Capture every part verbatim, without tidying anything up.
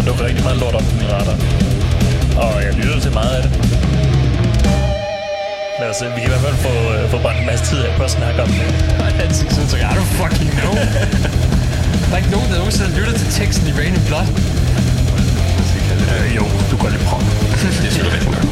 dukker rigtig meget lort op på min radar. Og jeg lytter til meget af det. Lad os se, vi kan i hvert fald få, uh, få brændt en masse tid af på at snakke om det. Ansigtsudtryk, I don't fucking know. Der er ikke nogen, der nogensinde lytter til teksten i Rain in Blood. Øh, jo, du kan lige prøve. Det skal du rigtig gøre.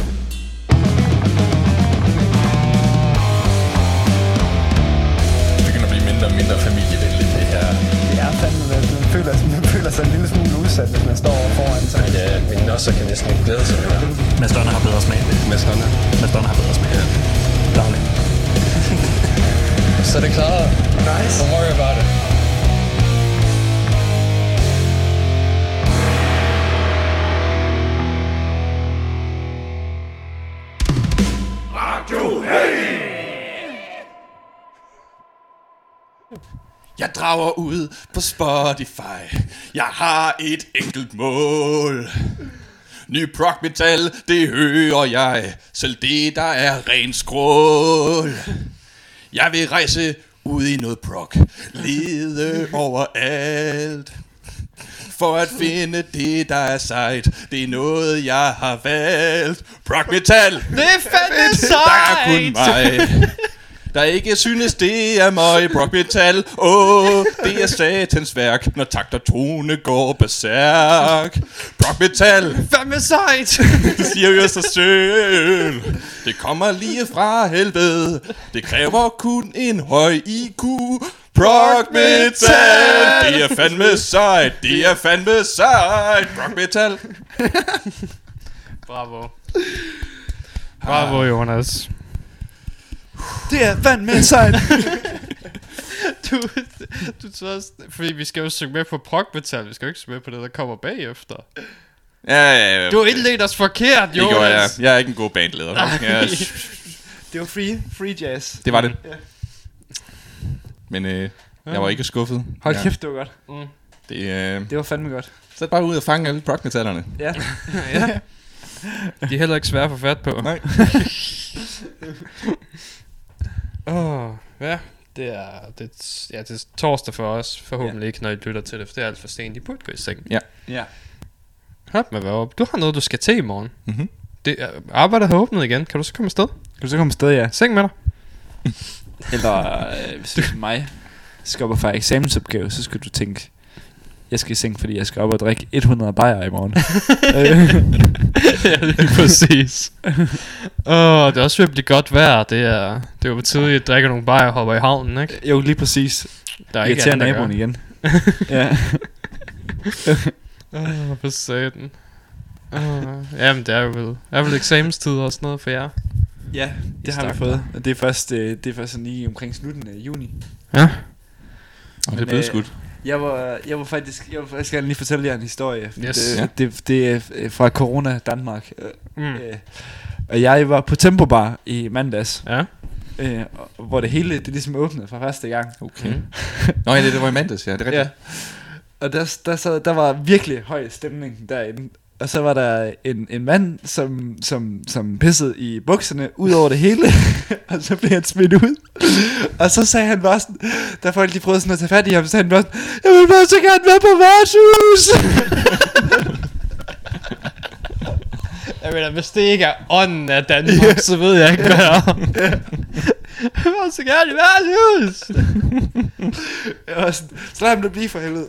Det begynder at blive mindre og mindre familievenligt, det her. Det er fandme, at man føler, man føler sig en lille smule udsat, hvis man står foran sig. Ja, men også kan næsten ikke glæde sig mere. Mads Donner har bedre smag. Mads Donner. Mads Donner har bedre smag. Ja. Dagligt. Så er det klaret. Nice. Don't worry about it. Jeg drager ud på Spotify. Jeg har et enkelt mål. Ny prog metal, det hører jeg. Selv det, der er ren skrål. Jeg vil rejse ud i noget prog. Lede overalt. For at finde det, der er sejt. Det er noget, jeg har valgt. Prog metal. Det er fandme sejt. Der er kun mig. Der ikke synes, det er mig, prog metal. Åh, oh, det er satans værk, når takt og tone går berserk. Prog metal, Fandme sejt. det siger jo sig selv. Det kommer lige fra helvede. Det kræver kun en høj I Q. Prog metal, det er fandme sejt. Det er fandme sejt. Prog metal. Bravo. Bravo, Jonas. Det er fandme sejt. Du, du tror også, fordi vi skal jo synge med på prog metal. Vi skal jo ikke synge med på det, der kommer bagefter. Ja, ja, ja. Du har indledt os forkert, Det gjorde jeg. Jonas. Jeg er ikke en god bandleder. Jeg, Det var free, free jazz. det var det. Ja. Men øh, jeg var ikke skuffet. Hold Ja. kæft, det var godt. Mm. Det, øh, Det var fandme godt. så bare ud og fange alle prog-metallerne. Ja. Ja. De er heller ikke svære at få fat på. Nej. Åh, oh, ja. Det er, det, ja, det er torsdag for os. Forhåbentlig ikke, når I lytter til det, for det er alt for sent. I burde gå i seng. Ja. Hop med hvad op. Du har noget, du skal til i morgen. Mm-hmm. Det er, arbejdet har åbnet igen. Kan du så komme afsted? Kan du så komme afsted, ja? Seng med dig. Eller øh, hvis du mig skal op og fejre eksamensopgave, så skal du tænke, jeg skal i seng, fordi jeg skal op og drikke hundrede bajer i morgen. Ja, lige præcis. Åh, oh, det er også ved at blive godt vejr. Det er, det er jo på tide, at jeg drikker nogle bajer og hopper i havnen, ikke? Jo, lige præcis. Der er Jeg ikke irriterer andet at naboen gøre. igen. Ja. Åh, oh, for satan. Oh, jamen, det er jo vel, er vel eksamenstid og sådan noget for jer. Ja, det har vi fået. Og det er først, øh, det er først sådan lige omkring slutten af juni. Ja. Og det er Men, blevet øh, skudt. Jeg var, jeg var faktisk, jeg var faktisk gerne lige fortælle jer en historie. Yes. Det, Ja. det, det er øh, fra Corona Danmark. Mm. Øh, og jeg var på Tempo Bar i mandags, Ja. øh, og- hvor det hele det ligesom åbnede for første gang. Okay. Mm. Nå ja, det, det var i mandags, ja. Det er rigtigt. Ja. Og der, der, sad, der var virkelig høj stemning derinde. Og så var der en, en mand, som, som, som pissede i bukserne ud over det hele. Og så blev han smidt ud. Og så sagde han bare sådan, da folk de prøvede sådan at tage fat i ham, så sagde han bare sådan, jeg vil bare så gerne være på værtshus. Jeg mener, hvis det ikke er ånden af Danmark, så ved jeg ikke, hvad det er. Jeg vil så gerne i værtshus. Jeg var sådan, så lad ham da blive for helvede.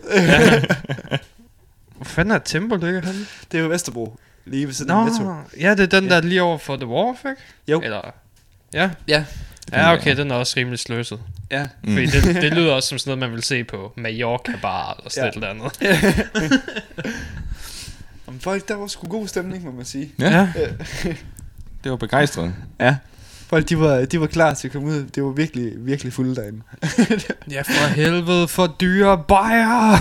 Hvor fanden er Tempo ligger henne? Det er jo Vesterbro, lige ved siden af Netto. Nå, ja, det er den der lige over for The Wharf, ikke? Jo. Eller, ja. Ja. Ja, okay, den er også rimelig sløset. Ja. Mm. Fordi det, det lyder også som sådan noget, man vil se på Mallorca Bar eller sådan Ja. et eller andet. Om folk, der var sgu god stemning, må man sige. Ja, det var begejstret. Ja. Folk, de var, de var klar til at komme ud. Det var virkelig, virkelig fulde derinde. Ja, for helvede, for dyre bajer.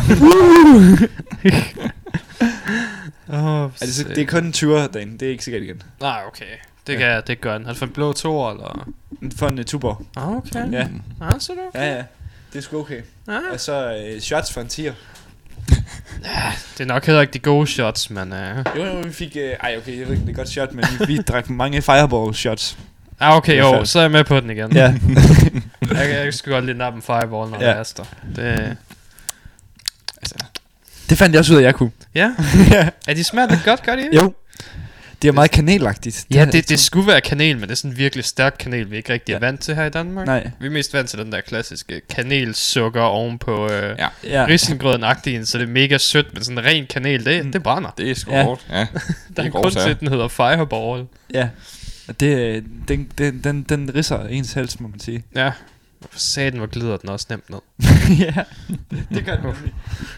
oh, Er det, så, det er kun en tyver derinde, det er ikke sikkert igen. Nej, okay. Det, kan, det gør den. Er det for en blå toer, eller? For en uh, tuborg. Ah, okay. Ja. Ah, så er det okay. Ja, ja. Det er sgu okay. Ah. Og så uh, shots for en tier. Det er nok heller ikke de gode shots, men... Uh... Jo, jo, vi fik... Uh, ej, okay, jeg ved ikke, det er godt shot, men vi, vi drak mange fireball shots. Ah, okay, Det er jo, fandme. så er jeg med på den igen. Ja. jeg, jeg skal godt lige nappe en fireball, når Ja. ja. det haster. Det... Altså, Det fandt jeg også ud af, jeg kunne. Ja. Er de smager lidt godt, gør de ikke? Jo. Det er meget kanelagtigt. Ja, det, det skulle være kanel, men det er sådan en virkelig stærk kanel, vi ikke rigtig er Ja. vant til her i Danmark. Nej. Vi er mest vant til den der klassiske kanelsukker ovenpå øh, Ja. Ja. risengrøden-agtige, så det er mega sødt, men sådan ren kanel, det, det brænder. Det er sgu Ja. hårdt. Ja. Der er en grund til, at den hedder Fireball. Ja. Og det, den, den, den, den risser ens hals, må man sige. Ja. For satan, hvor glider den også nemt ned. Ja. Det gør den nemlig.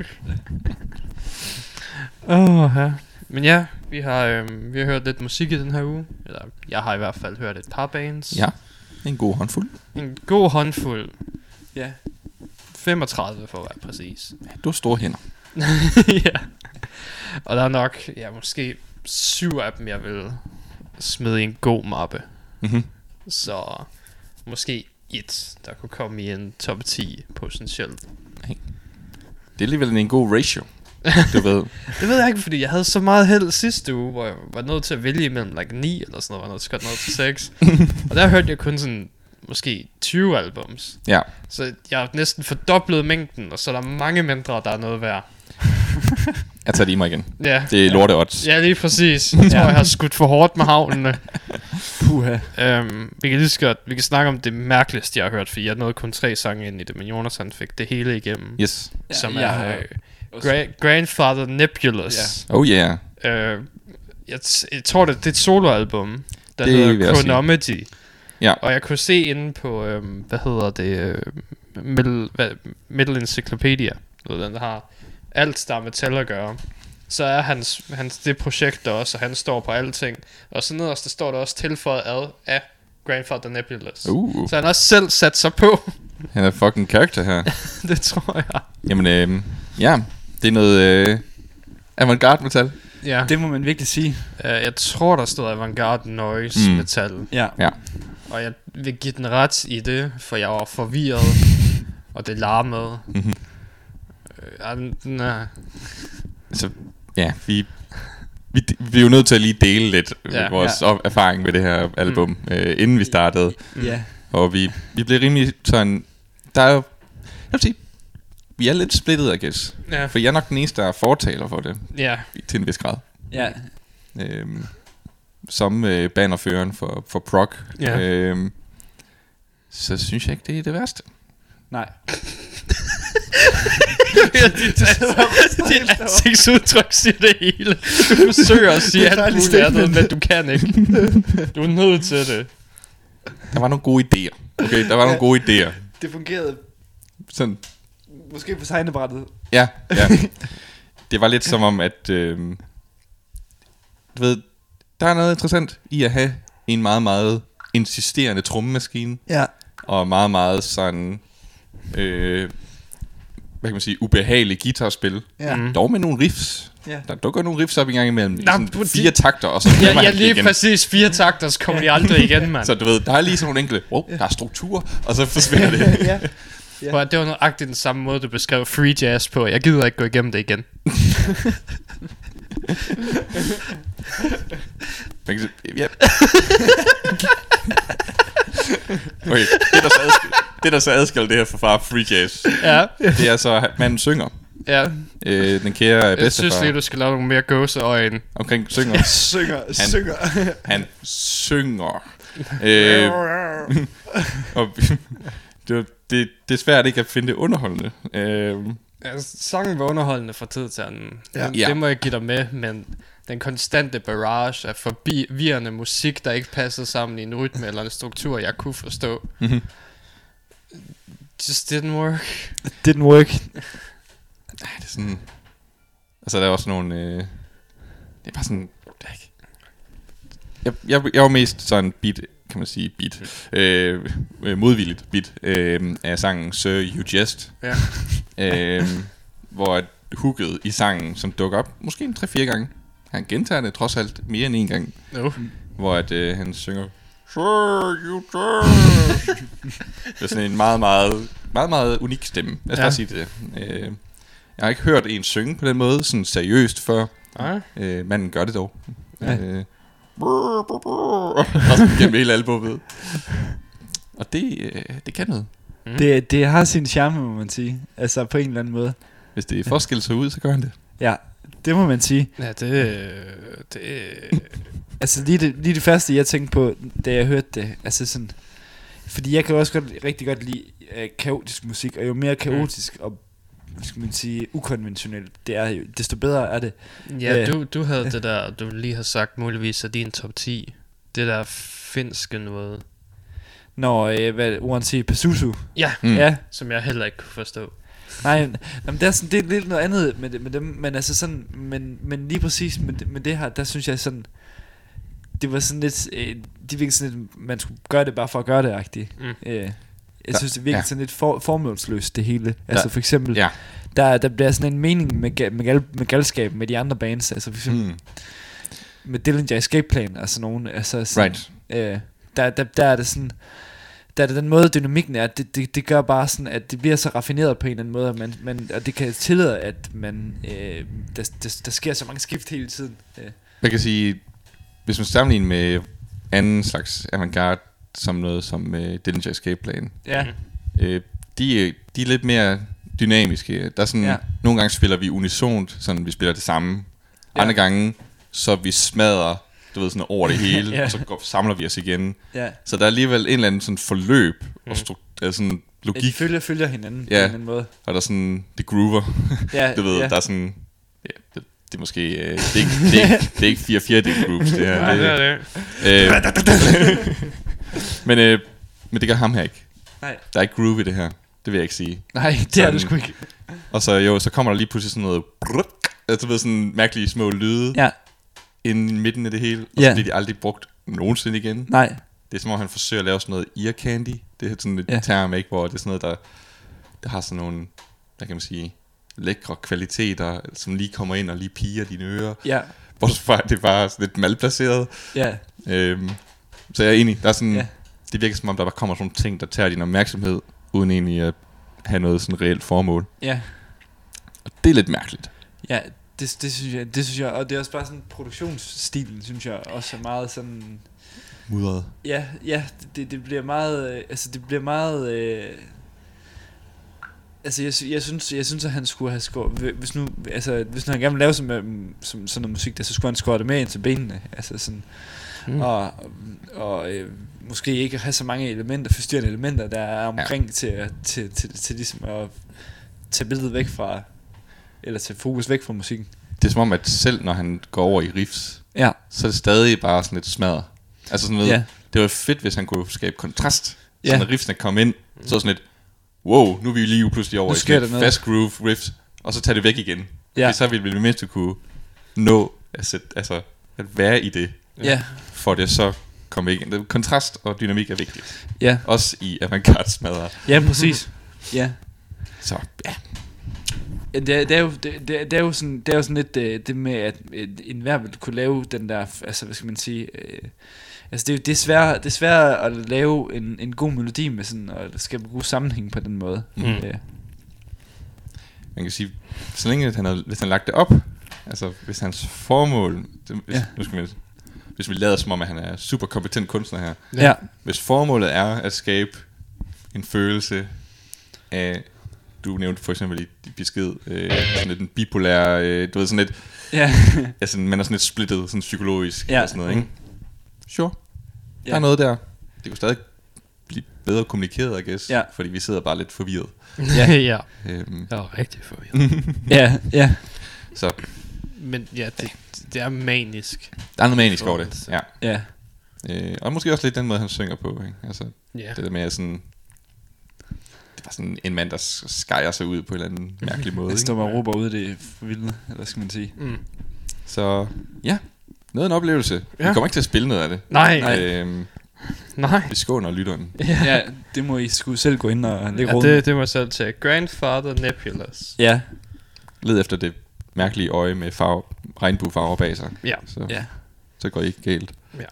Åh, oh, ja. Men ja, vi har, øhm, vi har hørt lidt musik i den her uge. Eller, jeg har i hvert fald hørt et par bands. Ja. En god håndfuld. En god håndfuld. Ja. femogtredive for at være præcis. Ja, du har store hænder. Ja. Og der er nok, ja, måske syv af dem, jeg vil smide i en god mappe. Mhm. Så måske et, der kunne komme i en top ti potentielt. Det er alligevel en god ratio. Du ved. Det ved jeg ikke, fordi jeg havde så meget held sidste uge, hvor jeg var nødt til at vælge imellem like ni eller sådan noget, var nødt til at gå ned til seks. Og der hørte jeg kun sådan måske tyve albums. Ja. Så jeg har næsten fordoblet mængden, og så er der mange mindre, der er noget værd. Jeg tager det i mig igen. Ja, Det er lorte odds. ja lige præcis. Jeg tror, jeg har skudt for hårdt med havnene. Puha. Um, vi kan lige så godt, vi kan snakke om det mærkeligste, jeg har hørt, fordi jeg nåede kun tre sange ind i det, men Jonathan fik det hele igennem. Yes. Ja, Som jeg er har øh, Gra- Grandfather Nebulous. Oh yeah. Uh, jeg, t- jeg tror, det, det er et soloalbum, der Det vil hedder jeg sige. Chronomedy. Ja. Og jeg kunne se inde på, øhm, hvad hedder det, øh, Middle, hvad, Middle Encyclopedia, ved, den der har alt, der er med metal at gøre. Så er hans, hans det projekt der også, og han står på alting. Og så nederst, der står der også tilføjet ad af Grandfather Nebulous. Uh. Så han har også selv sat sig på. Han er fucking character her. Det tror jeg. Jamen, øh, ja. Det er noget øh, avantgarde metal. Ja. Det må man virkelig sige. Uh, jeg tror, der stod avantgarde noise Mm. metal. Ja. Ja. Og jeg vil give den ret i det, for jeg var forvirret. Og det larmede. Mhm. Uh, den er... Så, ja, vi, vi, vi er jo nødt til at lige dele lidt Ja. ja, vores ja. erfaring med det her album, mm. øh, inden vi startede. Ja. Og vi, vi blev rimelig sådan... Der er jo... Jeg vil sige, vi er lidt splittet, I guess. Ja. For jeg er nok den eneste, der er fortaler for det, Ja. til en vis grad. Ja. Øhm, som øh, banerføreren for, for prog. Ja. Øhm, så synes jeg ikke, det er det værste. Nej. Dit ansigtsudtryk siger det hele. Du forsøger at sige alt dejligt muligt andet, statement. men du kan ikke. Du er nødt til det. Der var nogle gode idéer. Okay, der var nogle gode idéer. Det fungerede Sådan, måske på tegnebrættet. ja, ja. Det var lidt som om, at... Øh, du ved, der er noget interessant i at have en meget, meget insisterende trommemaskine. Ja. Og meget, meget sådan... Øh, hvad kan man sige, ubehagelig guitarspil. Ja. Mm. Dog med nogle riffs. Ja. Der dukker nogle riffs op en gang imellem. Nå, Sådan på de- fire takter, og så Ja, glemmer ja han det lige igen. præcis. Fire takter, så kommer de aldrig igen, mand. Så du ved, der er lige sådan nogle enkelte, wow, der er struktur, og så forsvinder det. Ja. Ja. Det var nøjagtigt den samme måde, du beskrev free jazz på. Jeg gider ikke gå igennem det igen. Man kan sige, ja. Okay, det der så adskiller, det der så adskiller det her fra far free jazz, Ja, det er så, at manden synger. ja. Øh, den kære Jeg synes bedstefar lige, du skal lave nogle mere gåseøjne. omkring synger. Synger, synger. Han synger. øh, og det, det, det er svært ikke at finde det underholdende. Øh, Altså, sangen var underholdende fra tid til anden. Ja. Det, Ja. det må jeg give dig med, men den konstante barrage af forvirrende musik, der ikke passede sammen i en rytme eller en struktur, jeg kunne forstå. Mhm. Just didn't work. Didn't work. det er sådan... Altså, der er også nogle... Øh, det er bare sådan... Det er ikke, jeg, jeg, jeg var mest sådan beat, kan man sige, beat. Øh, øh, modvilligt beat øh, af sangen Sir You Jest. Ja. øh, hvor at hooket i sangen, som dukker op, måske en tre-fire gange. Han gentager det trods alt mere end en gang. No. Hvor at, øh, han synger Sir You Jest. Det er sådan en meget, meget, meget, meget unik stemme. Lad os Ja. bare sige det. Øh, jeg har ikke hørt en synge på den måde, sådan seriøst før. Nej. Øh, manden gør det dog. Ja. Øh, og så gennem hele albumet. Og det, øh, det kan noget. Mm. Det, det har sin charme, må man sige. Altså på en eller anden måde. Hvis det er forskel sig ud, så gør han det. Ja, det må man sige. Ja, det... det Altså lige det, lige det første jeg tænkte på, da jeg hørte det, altså sådan, fordi jeg kan også godt, rigtig godt lide uh, kaotisk musik, og jo mere kaotisk og, hvad skal man sige, ukonventionelt det er, jo, desto bedre er det. Ja, Øh. du, du havde det der, du lige har sagt muligvis af din top ti. Det der finske noget. Når, uh, hvad uanset Pazuzu. Ja, Mm. Ja, som jeg heller ikke kunne forstå. nej, jamen, det er sådan, det er lidt noget andet med, det, med dem, men altså sådan, men, men lige præcis med, det- med det her, der synes jeg sådan, det var sådan lidt, øh, det virkede sådan lidt, man skulle gøre det bare for at gøre det-agtigt. Mm. Øh, jeg Der- synes, det virkede ja. sådan lidt for, formålsløst, det hele. Altså Der- for eksempel, Ja. der, der bliver sådan en mening med, ga- med, gal, med galskab med de andre bands, altså for eksempel Mm. med Dillinger Escape Plan, altså nogen, altså sådan, Right. øh, der, der, der er det sådan, der er det den måde dynamikken er, det, det, det gør bare sådan, at det bliver så raffineret på en eller anden måde, at man, man, og det kan tillade, at man, øh, der, der, der sker så mange skift hele tiden. Øh. Jeg kan sige, hvis man sammenligner med anden slags avantgarde, som noget som uh, Dillinger Escape Plan, Ja, øh, de, er- de er lidt mere dynamiske. Der er sådan, Ja. ja. Nogle gange spiller vi unisont, sådan vi spiller det samme. Ja. Andre gange, så vi smadrer, du ved, sådan over det hele, Ja. og så går, samler vi os igen. ja. Så der er alligevel en eller anden sådan forløb, mm. og stru- altså sådan De logik, følger, følger hinanden Ja. på en eller anden måde. og der er sådan, det groover. Ja, Du ved, ja. der er sådan, ja, det, det er måske, øh, det, er ikke, det, er ikke, det er ikke fire fjerdedel groups, det her. Nej, det er det. Øh, men, øh, men det gør ham her ikke. Nej. Der er ikke groove i det her. Det vil jeg ikke sige. Nej, det er Sådan- det sgu ikke. Og så jo, så kommer der lige pludselig sådan noget brrrk, altså du ved, sådan mærkelige små lyde Ja, inde i midten af det hele. Og Ja. så bliver de aldrig brugt nogensinde igen. nej. Det er som om han forsøger at lave sådan noget ear candy. Det er sådan et Ja. ja. term, ikke? Hvor det er sådan noget, der, der har sådan nogle, hvad kan man sige, lækre kvaliteter, som lige kommer ind og lige piger dine ører. Ja, Bortset fra, at det er bare sådan lidt malplaceret. ja, Øhm, så jeg er enig. Der er sådan, Ja. ja. Det virker som om, der bare kommer sådan nogle ting, der tager din opmærksomhed, uden egentlig at have noget sådan reelt formål. ja. Og det er lidt mærkeligt. Ja, det, det, synes jeg, det synes jeg, og det er også bare sådan produktionsstilen, synes jeg også er meget sådan, Mudret. ja, ja, det, det bliver meget, øh, altså det bliver meget, øh, altså jeg, sy- jeg synes, jeg synes at han skulle have skåret, hvis nu, altså hvis nu han gerne vil lave som, som sådan noget musik der, så skulle han skåre det med ind til benene, altså sådan, Mm. mm. og, og øh, måske ikke have så mange elementer, forstyrrende elementer, der er omkring ja. til, at- til, til, til, til ligesom at tage billedet væk fra, eller tage fokus væk fra musikken. Det er som om, at selv når han går over i riffs, Ja, så er det stadig bare sådan lidt smadret. Altså sådan noget, Ja. det var fedt, hvis han kunne skabe kontrast. Så Ja. når riffsene kom ind, så var sådan lidt, wow, nu er vi lige pludselig over Nu i sker sådan der et noget. fast groove riffs, og så tage det væk igen. Ja. Ja. Så ville vi det mindste kunne nå at, sætte, altså, at være i det, ja, for det så komme igen. Det- Kontrast og dynamik er vigtigt. ja, Også i avantgarde smadret. ja, præcis. Ja. Så ja, Ja, det, er, det, er jo, det, det, er- det er jo sådan, det er jo sådan lidt øh, det med at øh, enhver vil kunne lave den der, altså hvad skal man sige, øh, altså det er jo det er svært, det er svært at lave en, en god melodi med sådan og skabe god sammenhæng på den måde. Mm. Øh, man kan sige, så længe at han har, hvis han har lagt det op, altså hvis hans formål, det, hvis, Ja. ja. nu skal vi, hvis vi lader som om, at han er super kompetent kunstner her, ja, hvis formålet er at skabe en følelse af, du nævnte for eksempel i din besked, øh, sådan lidt en bipolær, øh, du ved sådan lidt, ja, altså man er sådan lidt splittet, sådan psykologisk Ja. og sådan noget, ikke? Sure, ja. der er noget der. Det kunne stadig blive bedre kommunikeret, I guess, Ja. fordi vi sidder bare lidt forvirret. Ja, ja. Øhm, Jeg var rigtig forvirret. ja, ja, så Men ja, det, det er manisk. der er noget manisk over det, Forholdt. ja. ja, Øh, og måske også lidt den måde, han synger på, ikke? Altså, Ja. det der med at sådan, det var sådan en mand, der skærer sig ud på en eller anden mærkelig måde, jeg ikke? står bare og råber ud, det er for vildt, eller hvad skal man sige. Mm. Så ja, noget af en oplevelse. Ja. Vi kommer ikke til at spille noget af det. Nej, Nej. Øhm, nej. vi skåner lytteren. Ja, det må I skulle selv gå ind og lægge Ja, råd. det, det må jeg selv tage. Grandfather Nebulous. Ja, Led efter det mærkelige øje med farve, regnbuefarver bag sig. Ja. Så, ja. så går det ikke galt. Ja.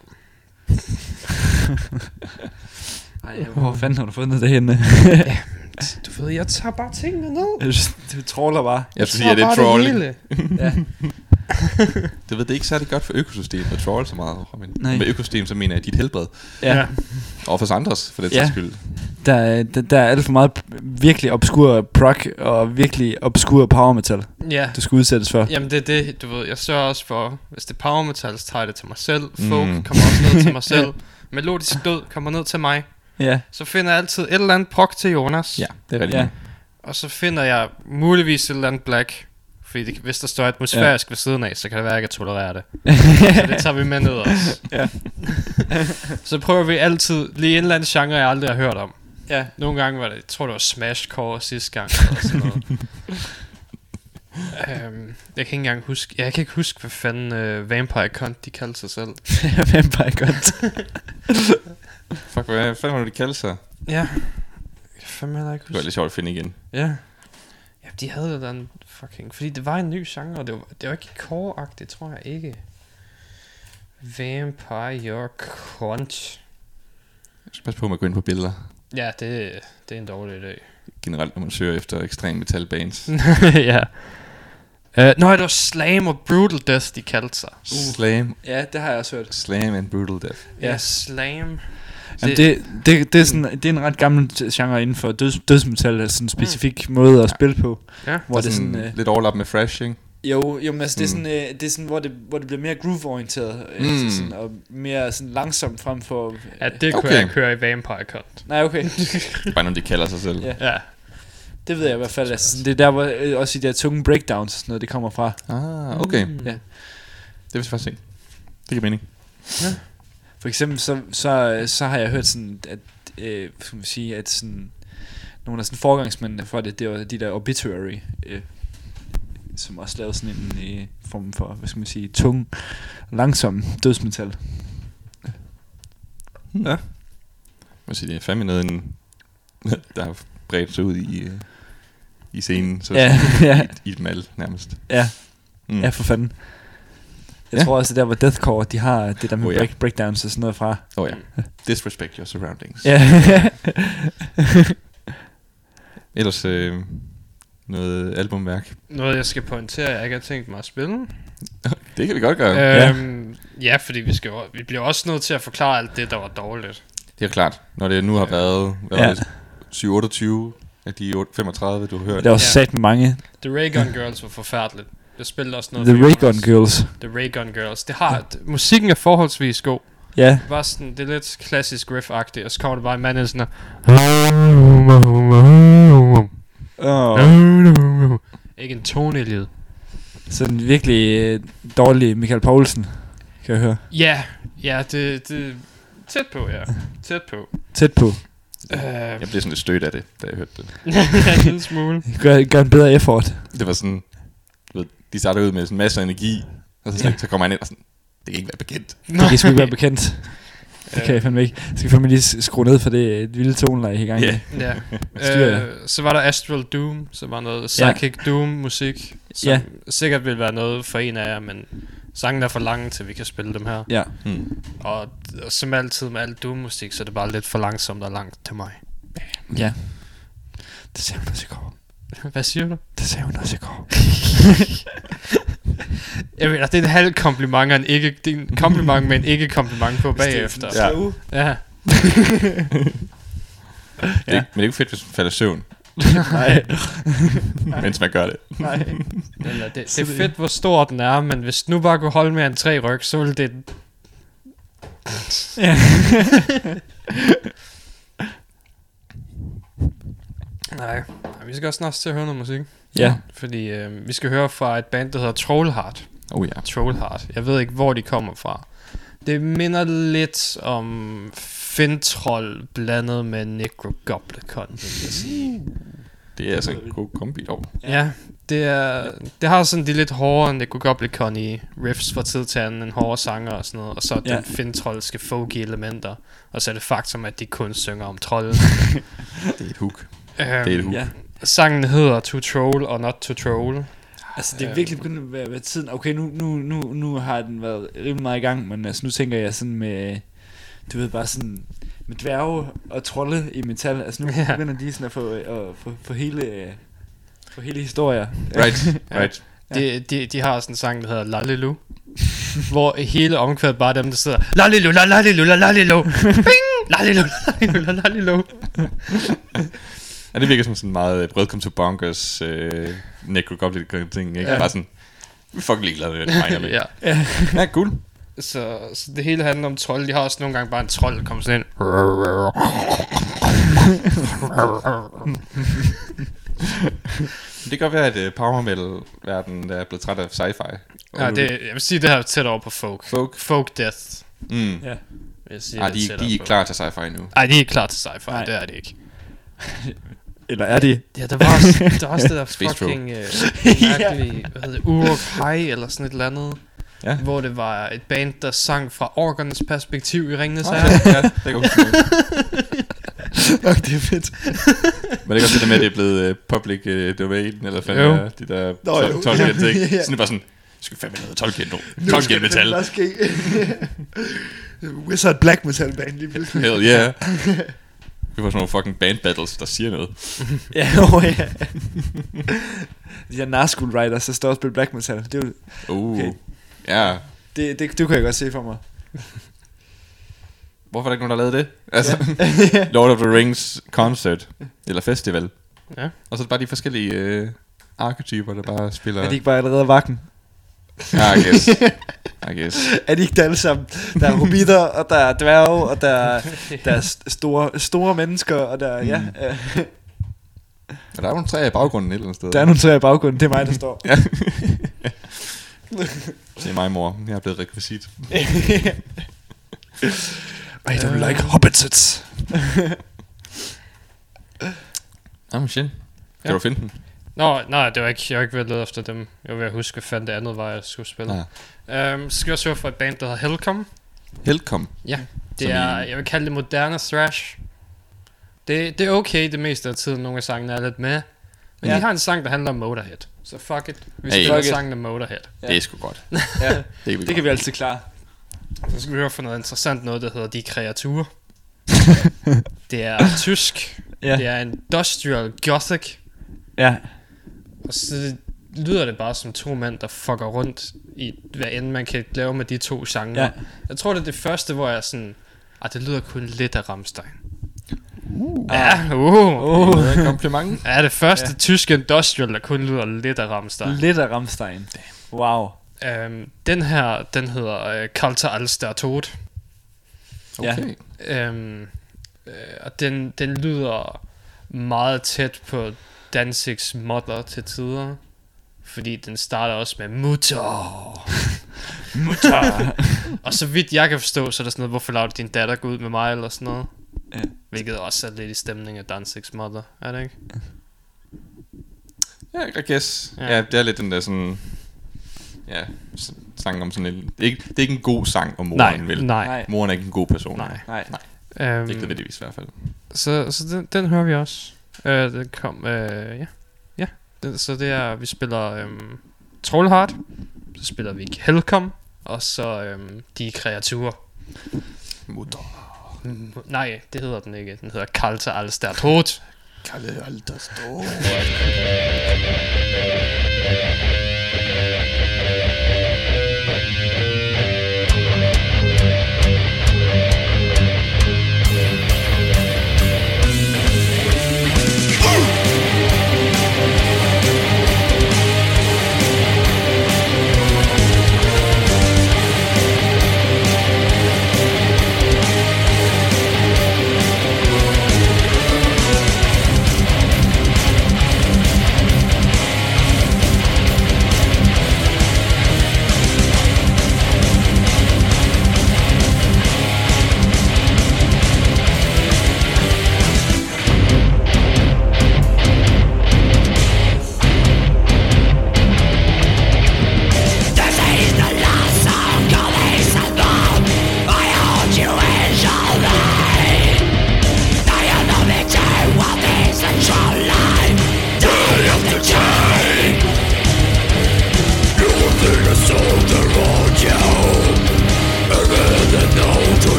Ej, hvor fanden har du fundet det henne? Du ved, jeg tager bare tingene ned. Du tråler bare. Jeg skulle sige, at det er tager bare trolling. hele. Ja. Det ved det er ikke særlig godt for økosystemet at trolle så meget. Men Nej. med økosystem, så mener jeg dit helbred. Ja. Ja. Og for andres, for den Ja. sags skyld. Der, er- der, der er alt for meget virkelig obskur prog og virkelig obskur power metal, Ja. du skal udsættes for. Jamen det er det, du ved, jeg sørger også for, hvis det er power metal, så tager jeg det til mig selv. Mm. Folk kommer også ned til mig selv. Melodisk død kommer ned til mig. Ja. Så finder jeg altid et eller andet prog til Jonas. Ja, det er rigtigt. Ja. Ja. Og så finder jeg muligvis et eller andet black. Fordi det, hvis der står atmosfærisk ja. ved siden af, så kan det være, at jeg kan tolerere det. Så det tager vi med ned også. Ja. Så prøver vi altid lige en eller anden genre, jeg aldrig har hørt om. Ja. Nogle gange var det, jeg tror det var Smashcore sidste gang. Eller sådan noget. um, jeg kan ikke engang huske, jeg kan ikke huske, hvad fanden uh, Vampire Cunt de kaldte sig selv. Vampire Cunt. Fuck, hvad fanden var det, de kaldte sig? Ja. Jeg kan fandme heller ikke Det var huske. lidt sjovt at finde igen. Ja. Ja, de havde den fucking... Fordi det var en ny genre, og det var, det var ikke core-agtigt, tror jeg ikke. Vampire Cunt. Jeg skal passe på med at gå ind på billeder. Ja, det, det er en dårlig idé. Generelt, når man søger efter ekstrem metal bands. Ja. Uh, Nå, det var Slam og Brutal Death, de kaldte sig. Slam, Ja, det har jeg også hørt. Slam and Brutal Death. Ja, Ja. Slam. Jamen, det, det, det, er sådan, det er en ret gammel genre inden for døds, dødsmetal, altså sådan en specifik mm. måde at spille på. Ja. Hvor det er sådan, sådan, øh, lidt overlap med Thrash, ikke? jo, jo, men altså, det er Mm. sådan, øh, det er sådan hvor, det, hvor det bliver mere groove-orienteret, øh, Mm. altså sådan, og mere sådan langsomt frem for... Øh, Ja, det kunne Okay. jeg køre i Vampire Cunt. Nej, okay. Det er bare noget, de kalder sig selv. Ja. Ja. Det ved jeg i hvert fald. Altså, sådan, det er der, hvor øh, også de der tunge breakdowns og sådan noget, det kommer fra. Ah, okay. Mm. Det Ja. vidste jeg faktisk ikke. Det giver mening. For eksempel så, så, så har jeg hørt sådan, at, øh, hvad skal man sige, at sådan, nogle af sådan forgangsmændene for det, det var de der Obituary, øh, som også lavede sådan en øh, form for, hvad skal man sige, tung, langsom dødsmetal. Ja. Man siger, det er fandme noget, en, der har bredt sig ud i, øh, i scenen. Så Ja, ja. I, i et mal, nærmest. Ja, Mm. ja, for fanden. Jeg Ja. tror også, at der hvor Deathcore, de har det der med Oh, ja. break, breakdowns og sådan noget fra. Åh oh, ja. Disrespect your surroundings. Ja. Ellers øh, noget albumværk. Noget, jeg skal pointere, jeg ikke har tænkt mig at spille. Det kan vi godt gøre. Ja. Øhm, ja, fordi vi, skal jo, vi bliver også nødt til at forklare alt det, der var dårligt. Det er klart. Når det nu har været hvad Ja. var det, syv otteogtyve af de femogtredive, du har hørt. Der var Ja. sat med mange. The Raygun Girls var forfærdeligt. Det spillede også noget The for Raygun Jonas. Girls. The Raygun Girls. Det har, d- musikken er forholdsvis god. Ja. Det var sådan, det er lidt klassisk riff-agtigt, og så kommer det bare en mand ind sådan Oh. her. Ikke en tonelyd. Sådan virkelig øh, dårlig Michael Poulsen, kan jeg høre. Ja, ja, det, det tæt på, ja. Tæt på. Tæt på. Øh, Jeg blev sådan lidt stødt af det, da jeg hørte det. ja, en lille smule. Gør, gør en bedre effort. Det var sådan, du ved, de starter ud med sådan en masse energi, og så, Ja. så kommer han ind og sådan, det kan ikke være bekendt. Det kan sgu ikke være bekendt. Det kan jeg fandme ikke. Skal fandme lige s- skrue ned for det et vilde toneleje i gang. Ja. Ja. Styrer jeg. Øh, så var der Astral Doom, så var noget Psychic Doom musik, som Ja. sikkert vil være noget for en af jer, men sangen er for lang til vi kan spille dem her. Ja. Hmm. Og, og som altid med alt Doom musik, så er det bare lidt for langsomt og langt til mig. Ja. Det sagde hun også i går. Hvad siger du? Det sagde hun også i går. Jeg mener, det er en halv kompliment og en ikke, det er en kompliment med en ikke kompliment på bagefter. Ja. Ja. Det er ikke, men det er ikke fedt, hvis man falder i søvn, Nej. mens man gør det. Nej. Eller det, det er fedt, hvor stor den er, men hvis nu bare kunne holde mere end tre ryg, så ville det... Ja. Nej, nej, vi skal også snart til at høre noget musik. Ja. Fordi øh, vi skal høre fra et band, der hedder Trollheart. Oh ja. Trollheart. Jeg ved ikke, hvor de kommer fra. Det minder lidt om Fintroll blandet med Necrogoblicon, vil jeg sige. Det er altså en god kombi dog. Ja, det, er, det har sådan de lidt hårdere Necrogoblicon i riffs fra tid til anden, en hårdere sanger og sådan noget, og så Ja. den fintrollske folky elementer, og så er det faktum, at de kun synger om trolde. Det er et hook. øhm, Det er et hook. Ja. Sangen hedder To Troll or Not To Troll. Altså det er Ja. virkelig begyndt at være, være tiden. Okay, nu, nu, nu, nu har den været rimelig meget i gang, men altså nu tænker jeg sådan med, du ved bare sådan, med dværge og trolde i metal. Altså nu Ja. begynder de sådan at få, at få, få hele, få hele historier. Right, right. Ja. De, de, de har sådan en sang, der hedder Lallelu, hvor hele omkvædet bare er dem, der sidder Lallelu, Lallelu, Lallelu, Bing! Lalilo, lalilo, lalilo. Ja, det virker som sådan meget uh, Welcome to Bonkers uh, Necrogoblin ting, ikke? Ja. Bare sådan, vi er fucking ligeglade med det, regner med. Ja. Ja, cool. Så, så det hele handler om trold. De har også nogle gange bare en trold, der kommer sådan ind. Det kan godt være, at uh, power metal-verdenen er blevet træt af sci-fi. Ja, det, jeg vil sige, det her er tæt over på folk. Folk? Folk death. Mm. Ja. Jeg siger, Ej, det de, er de er ikke klar til sci-fi nu. Nej, de er ikke klar til sci-fi. Nej. Det er de ikke. Eller er det? Ja, der var også, der var også det der Space fucking uh, mærkelige, hvad hedder det, Uruk-hai eller sådan et eller andet. Ja. Hvor det var et band, der sang fra orkernes perspektiv i Ringenes Okay. Herre. Ja, det kan jeg huske. Okay, det er fedt. Men det er godt det der med, at det er blevet uh, public uh, domain, eller fanden Jo. er de der Nå, jo. Tolkien ting. Ja. Sådan er det bare sådan, skal fandme noget Tolkien nu. Nu Tolkien skal metal. det ske. Wizard Black Metal Band lige pludselig. Hell yeah. Vi får sådan nogle fucking band battles, der siger noget. Ja, oh, ja. De her Nazgul Riders, der står og spiller Black Metal. Det, er jo, Uh. Okay. Ja. det, det, det kunne jeg godt se for mig. Hvorfor er der ikke nogen, der har lavet det? Altså, Lord of the Rings concert, eller festival. Ja. Og så er det bare de forskellige øh, arketyper, der bare spiller. Er de ikke bare allerede vakken? Ja, I guess. I guess. Er de ikke det alle sammen? Der er hobbiter, og der er dværge, og der er, der er st- store, store mennesker, og der er, ja, Mm. øh, Men der er nogle træer i baggrunden et eller andet sted. der er nogle træer i baggrunden. Det er mig, der står. Ja. Det er mig, mor. Jeg er blevet rekvisit. I don't like hobbits. Jamen, shit. Kan Ja. du finde den? Nå, nej, det var ikke, jeg var ikke ved at lede efter dem. Jeg var ved at huske, hvad fanden det andet var, jeg skulle spille. Ja. Um, så skal jeg også høre fra et band, der hedder Hellcom. Helcom. Ja, det Som er, i- jeg vil kalde det moderne thrash. Det, det er okay det meste af tiden, nogle af sangene er lidt med. Men Ja. de har en sang, der handler om Motorhead. Så fuck it. Vi Hey. spiller Fuck it. sangen om Motorhead. Ja. Det er sgu godt. Ja, Det, er vi det godt. kan vi altid klare. Så skal vi høre for noget interessant, noget der hedder De Kreaturer. Det er tysk. Ja, Det er industrial gothic. ja. Og så lyder det bare som to mænd, der fucker rundt i hvad end man kan lave med de to genrer. Ja. Jeg tror, det er det første, hvor jeg er sådan, ah, det lyder kun lidt af Rammstein. Uh. Ja, uh. Det er en kompliment. Ja, det første Ja. ja. tyske industrial, der kun lyder lidt af Rammstein. Lidt af Rammstein. Wow. Um, den her, den hedder uh, Kalter als der Tod. Okay. Um, uh, og den, den lyder meget tæt på Danzigs Mother til tider. Fordi den starter også med Mutter. Mutter. Og så vidt jeg kan forstå, så er der sådan noget, hvorfor lader din datter gå ud med mig, eller sådan noget. Ja. Hvilket også er lidt i stemning af Danzigs Mother, er det ikke? Ja, I guess. Ja. Ja. ja, det er lidt den der sådan... Ja, s- sang om sådan en... Det er ikke, det er ikke en god sang om moren, vel? nej, Nej. Moren er ikke en god person. nej. Nej. Um, Ikke nødvendigvis i hvert fald. Så, så den, den hører vi også. Uh, den kom, uh, ja. Ja, den, så det er, vi spiller um, Trollheart, så spiller vi Hellcom, og så um, De Kreaturer. Mutter. Mm, nej, det hedder den ikke. Den hedder Kalter als der Tod. Kalle alter stå.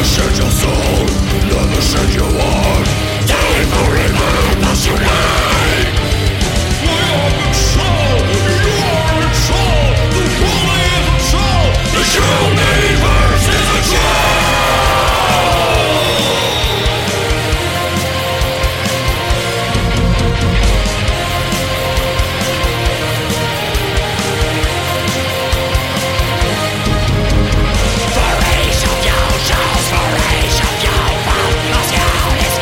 shed your soul, never shed your heart. Time for remembrance to die. We are the soul, you are the soul. The world is the soul. The universe is the soul. For each of you, chose for each of you, from the sky is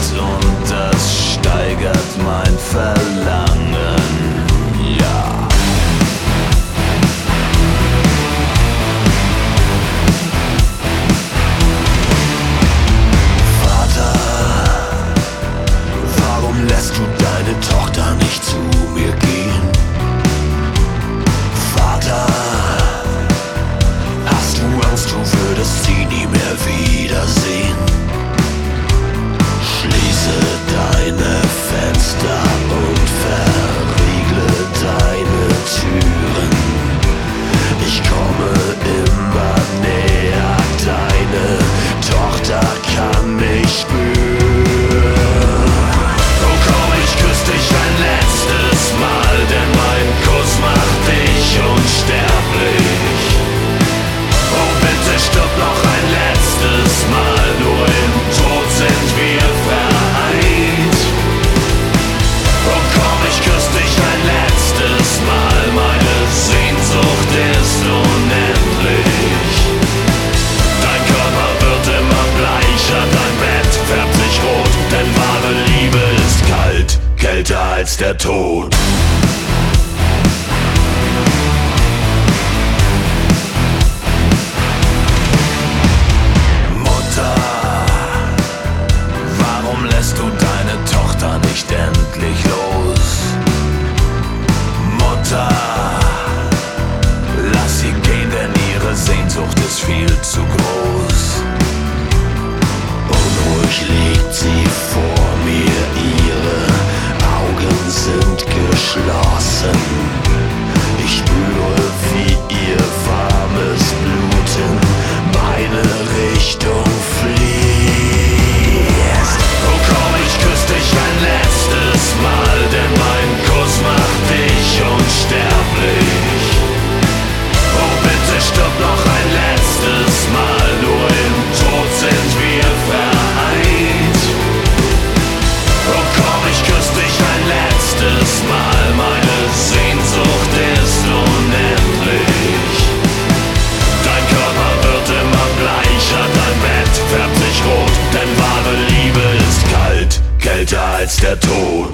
und das steigert mein Verlangen. Ja. Vater, warum lässt du deine Tochter nicht zu mir gehen? Vater, hast du Angst, du würdest sie nie mehr wiedersehen? Schließe deine Fenster und verriegle deine Türen. Ich komme immer näher, deine Tochter kann mich spüren. Oh komm, ich küss dich ein letztes Mal, denn mein Kuss macht dich unsterblich. Oh bitte stirb noch ein letztes Mal, nur im Tod sind wir vereint. Oh komm, ich küss dich ein letztes Mal, meine Sehnsucht ist unendlich. Dein Körper wird immer bleicher, dein Bett färbt sich rot, denn wahre Liebe ist kalt, kälter als der Tod. Warum lässt du deine Tochter nicht endlich los? Mutter, lass sie gehen, denn ihre Sehnsucht ist viel zu groß. Unruhig liegt sie vor mir, ihre Augen sind geschlossen. Ich spüre, wie ihr warmes Blut in meine Richtung fließt. Oh komm, ich küss dich ein letztes Mal, denn mein Kuss macht dich unsterblich. Oh bitte stirb noch ein letztes Mal, nur im Tod sind wir vereint. Oh komm, ich küss dich ein letztes Mal, meine Sehnsucht ist unendlich. Dein Körper wird immer bleicher, dein Bett färbt sich rot, denn wahre Liebe ist kalt, kälter als der Tod.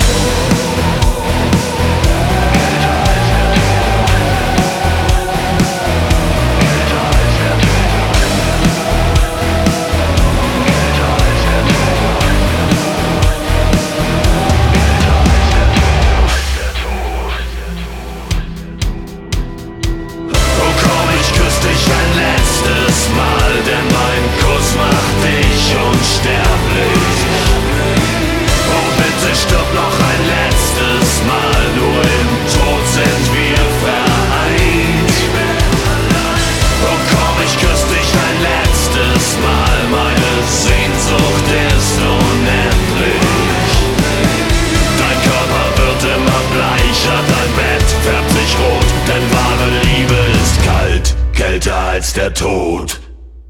Mal, denn mein Kuss macht dich unsterblich. Oh bitte stirb noch ein letztes Mal, nur im Tod sind wir vereint. Oh komm, ich küss dich ein letztes Mal, meine Sehnsucht ist unendlich. Dein Körper wird immer bleicher, dein Bett färbt sich rot, denn wahre Liebe ist kalt, kälter als der Tod.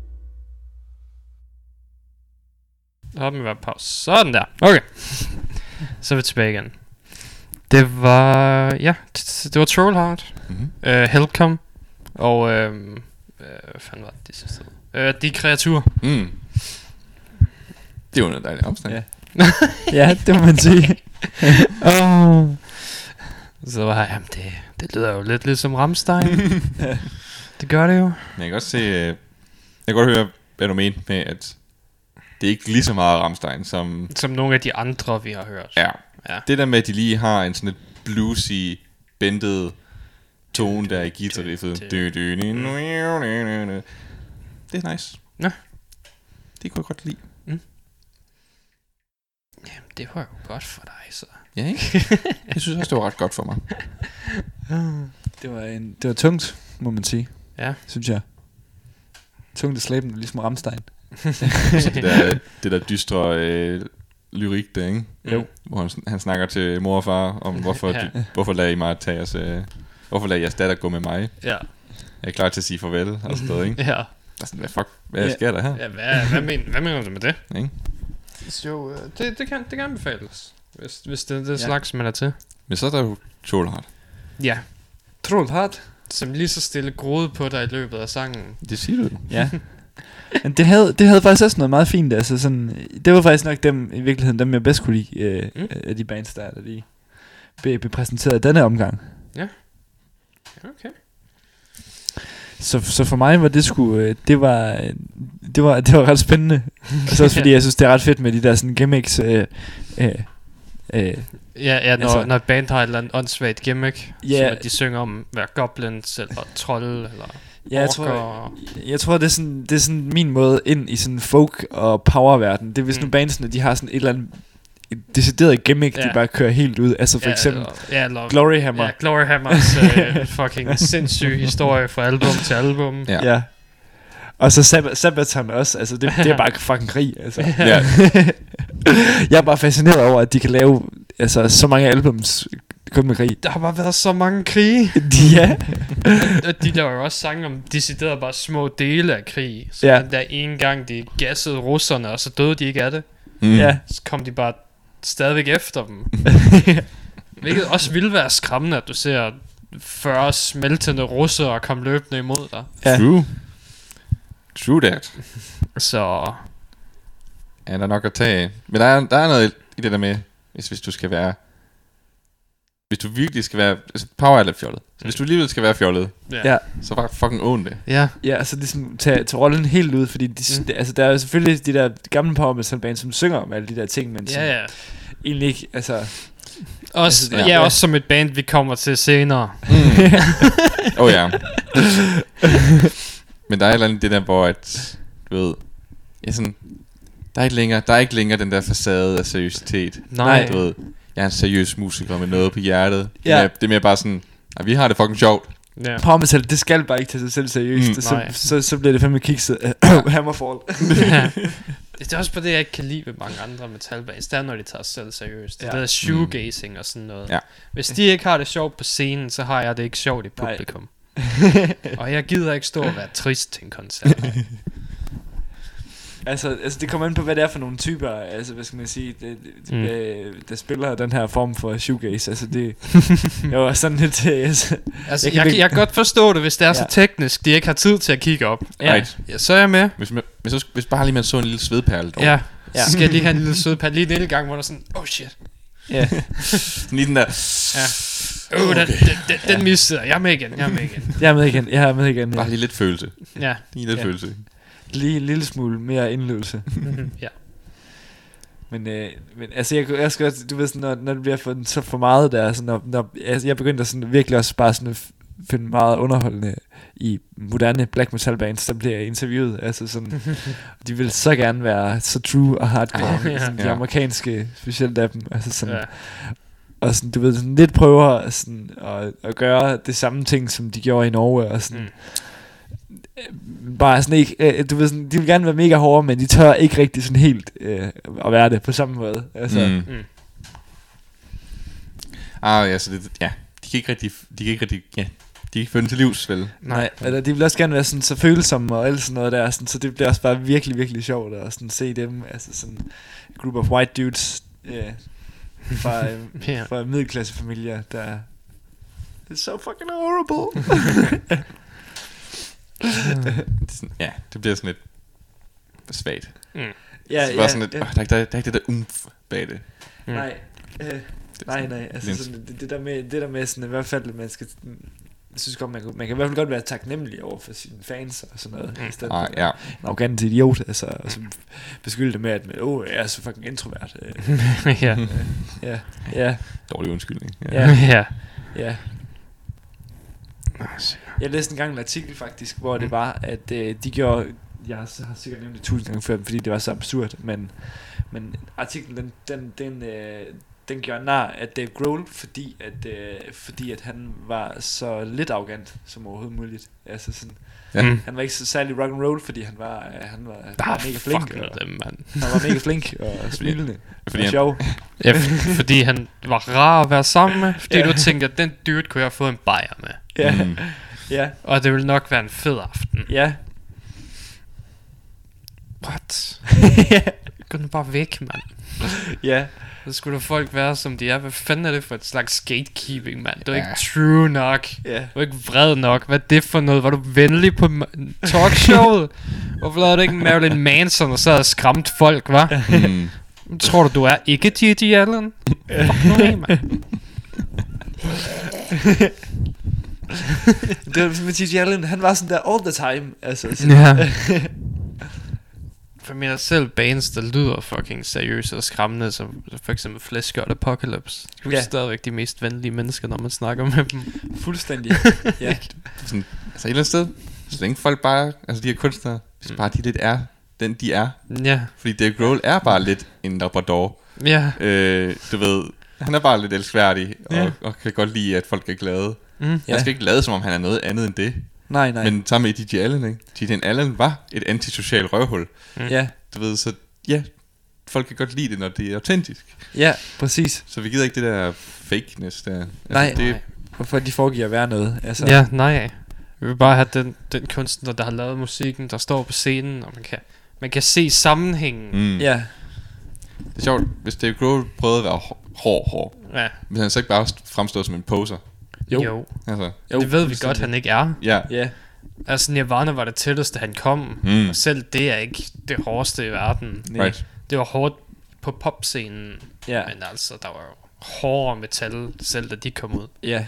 Så har vi været pause. Sådan der. Okay. Så er vi tilbage igen. Det var... Ja, det, det var Trollheart. Mm-hmm. Uh, Helcom. Og... Uh, uh, hvad fanden var det, de sidste? Uh, de kreaturer. Mm. Det var noget dejligt opstand. Ja. Ja, det må man sige. oh. Så var jeg... Jamen, det, det lyder jo lidt ligesom Rammstein. Det gør det jo. Men jeg kan også se... Jeg kan godt høre, hvad du mente med, at det er ikke lige så meget Rammstein, som... Som nogle af de andre, vi har hørt. Ja. Ja. Det der med, at de lige har en sådan et bluesy, bendet tone der i guitarriffet. Det er nice. Ja. Det kunne jeg godt lide. Mm. Jamen, det var jo godt for dig, så. Ja, ikke? Jeg synes også, det var ret godt for mig. Det var, en, det var tungt, må man sige. Ja. Synes jeg. Tungt og slæbende, ligesom Rammstein. Så det der, det der dystre øh, lyrik der, ikke? Jo. Hvor han, han snakker til mor og far om, hvorfor, Ja. de, hvorfor lader I mig tage jeres, øh, hvorfor lader jeres datter gå med mig? Ja. Jeg er klar til at sige farvel og sådan noget, ikke? Ja. Der er sådan, hvad fuck, hvad Ja. sker der her? Ja, hvad, hvad, men, hvad mener du med det? Ikke? Jo, øh, det, det, kan, det kan anbefales, hvis, hvis det er det Ja. slags, man er til. Men så er der jo Trollheart. Ja. Trollheart. Som lige så stille groede på dig i løbet af sangen. Det siger du. Ja. Men det havde, det havde faktisk også noget meget fint. Altså sådan, det var faktisk nok dem, i virkeligheden, dem jeg bedst kunne lide øh, Mm. af de bands, der, der de blev, blev præsenteret i denne omgang. Okay. Så, så for mig var det sgu, øh, det var, øh, det var, det var ret spændende. Og så også fordi jeg synes, det er ret fedt med de der sådan gimmicks. Øh, øh, øh, Ja, ja når, Altså- altså, når et band har et eller andet åndssvagt gimmick, Ja. yeah. som at de synger om at være goblins, eller trold, eller Ja, jeg orker. tror, jeg tror det er sådan det er sådan min måde ind i sådan folk og powerverden. Det er hvis Mm. nu bandsene de har sådan et eller andet et decideret gimmick, Ja. de bare kører helt ud. Altså for ja, eksempel eller, ja, eller, Glory Hammer. Ja, Glory Hammers uh, fucking sindssyg historie fra album til album. Ja. Ja. Og så Sab- Sabaton også. Altså det, det er bare fucking krig. Altså. Ja. Jeg er bare fascineret over at de kan lave altså så mange albums kun med krig. Der har bare været så mange krige. Ja. Og de laver jo også sange om decideret bare små dele af krig. Så Ja. den der ene gang, de gassede russerne, og så døde de ikke af det. Mm. Ja. Så kom de bare stadigvæk efter dem. Hvilket også ville være skræmmende, at du ser fyrre smeltende russere komme løbende imod dig. Ja. True. True that. Så Ja, der er nok at tage af. Men der er, der er noget i det der med, hvis, hvis du skal være... Hvis du virkelig skal være... Altså, power er lidt fjollet. Så hvis du alligevel skal være fjollet, ja. Ja. så bare fucking own det. Ja. Ja, altså ligesom tage, tage rollen helt ud, fordi de, Mm. mm. altså, der er jo selvfølgelig de der gamle power metal bands, som synger om alle de der ting, men som Ja, ja. egentlig ikke, altså... Også, Altså, ja, det- ja, ja. også som et band, vi kommer til senere. Åh oh, ja. Men der er et eller andet i det der, hvor at, du ved, ja, sådan, der er ikke længere, der er ikke længere den der facade af seriøsitet. Nej. Du ved, jeg er en seriøs musiker med noget på hjertet. Det er, Ja. mere, det er mere bare sådan, nej, vi har det fucking sjovt. Ja. Power metal, det skal bare ikke tage sig selv seriøst. Mm, Mm, så, nej. så, så bliver det fandme kikset. Hammerfall. Ja. Det er også på det, jeg ikke kan lide ved mange andre metalbands. Det er, når de tager sig selv seriøst. Det Ja. er shoegazing mm. og sådan noget. Ja. Hvis de ikke har det sjovt på scenen, så har jeg det ikke sjovt i Nej. publikum. Og jeg gider ikke stå og være trist til en koncert. altså, altså, det kommer an på, hvad det er for nogle typer, altså, hvad skal man sige, det, det, Mm. mm. øh, der spiller den her form for shoegaze. Altså, det er jo sådan lidt... øh, Altså, Altså, Jeg jeg, kan jeg, jeg kan godt forstå det, hvis det er så Ja. teknisk, de ikke har tid til at kigge op. Ja. Right. Ja, så er jeg med. Hvis, man, hvis, så- hvis bare lige man så en lille svedperle dog. Ja. Ja. Så skal jeg lige have en lille sødpand. Lige en lille gang, hvor der er sådan, oh shit. ja. Lige den der. Ja. Uh, den, den, den, den missede jeg. Jeg er med igen, jeg er med igen. Jeg er med igen, jeg er med igen. Bare Ja. lige lidt følelse. Ja. Lige lidt Ja. følelse. Lige en lille smule mere indlevelse. Ja. Men, øh, men altså jeg, jeg skal også, du ved sådan, når, når det bliver for, så for meget der, sådan, når, når, altså, jeg begyndte at sådan, virkelig også bare sådan at f- finde meget underholdende i moderne black metal bands, der bliver jeg interviewet, altså sådan, de vil så gerne være så true og hardcore, Ja. sådan, de Ja. amerikanske, specielt af dem, altså sådan, Ja. og sådan, du ved, sådan lidt prøver sådan, at, at gøre det samme ting, som de gjorde i Norge, og sådan, Mm. bare sådan ikke, øh, du ved sådan, de vil gerne være mega hårde, men de tør ikke rigtig sådan helt øh, at være det på samme måde, altså, Mm. Mm. Ah, ja, så det, ja. De kan ikke rigtig, de kan ikke rigtig, ja. De kan ikke føre den til livs, vel? Nej, eller de vil også gerne være sådan så følsomme og alt sådan noget der, sådan, så det bliver også bare virkelig, virkelig sjovt at sådan se dem, altså sådan en group of white dudes yeah, fra, øh, Ja. fra middelklassefamilier, der it's so fucking horrible. Det er sådan, ja, det bliver sådan lidt svagt. Mm. ja, Så ja, bare sådan lidt, ja. åh, der, er ikke, der, er- der er ikke det der umf bag det. Mm. Nej, øh, nej, nej, altså lidt- sådan, det, det, der med, det der med sådan, i hvert fald, at man skal, jeg synes godt, man kan, man kan i hvert fald godt være taknemmelig over for sine fans og sådan noget, Mm. i stedet Ah, for ja. en arrogant idiot, altså, og så beskylde det med, at åh, oh, jeg er så fucking introvert. Øh, Ja. ja, ja, Dårlig undskyldning. Ja. Ja. ja. Jeg læste engang en artikel faktisk, hvor det var, at øh, de gjorde, jeg har har sikkert nævnt det tusind gange før, fordi det var så absurd, men, men artiklen, den, den, den, øh, den gjorde nar af Dave Grohl, fordi at, øh, fordi at han var så lidt arrogant som overhovedet muligt. Altså sådan, Ja. Mm. han var ikke så særlig rock and roll, fordi han var, øh, han var, han Der var er mega flink, fucking og, dem, mand. han var mega flink og smilende Fordi og han, sjov. Ja, f- fordi han var rar at være sammen med. Fordi Ja. du tænker, den dude kunne jeg have fået en bajer med. Ja, Mm. ja, Og det ville nok være en fed aften. ja. What? Gå nu bare væk, mand. Ja. Så skulle der folk være, som de er. Hvad fanden er det for et slags gatekeeping, mand? Du er Ja. ikke true nok. Ja. Du er ikke vred nok. Hvad er det for noget? Var du venlig på ma- talkshowet? Hvorfor lavede du ikke Marilyn Manson og så havde skræmt folk, hva'? Mm. Tror du, du er ikke G G Allen? Fuck nu af, mand. Det var med T J Allen, han var sådan der all the time. Altså, så, Ja. For jeg mener selv bands, der lyder fucking seriøse og skræmmende, som for eksempel Flesh God Apocalypse. De er Ja. ja. stadigvæk de mest venlige mennesker, når man snakker med dem. fuldstændig. Ja. Sådan, altså et eller andet sted, så længe folk bare, altså de her kunstnere, hvis bare de lidt er den de er. Ja. Fordi Dave Grohl er bare lidt en labrador. Ja. Øh, du ved, han er bare lidt elskværdig, og, Ja. og kan godt lide, at folk er glade. Mm. Han Ja. skal ikke lade, som om han er noget andet end det. Nej, nej. Men sammen med D J Allen, ikke? D J Allen var et antisocial røvhul. Ja, Du ved, så ja, folk kan godt lide det, når det er autentisk. ja, præcis. Så vi gider ikke det der fakeness der. Altså, Nej. det, Hvorfor de foregiver at være noget. Altså, Ja, nej. Vi vil bare have den, den kunstner, der har lavet musikken, der står på scenen, og man kan, man kan se sammenhængen. mm. Ja, Det er sjovt, hvis Dave Grohl prøvede at være hår- hård, hård, Ja. hvis han så ikke bare fremstod som en poser. Jo. Jo. Altså, jo, Det ved vi fuldstændig. godt, han ikke er. ja. Ja, Altså Nirvana var det tætteste, han kom. Mm. Og selv det er ikke det hårdeste i verden. nej. Right. Det var hårdt på popscenen. Ja, Men altså, der var jo hårdere metal, selv da de kom ud. ja.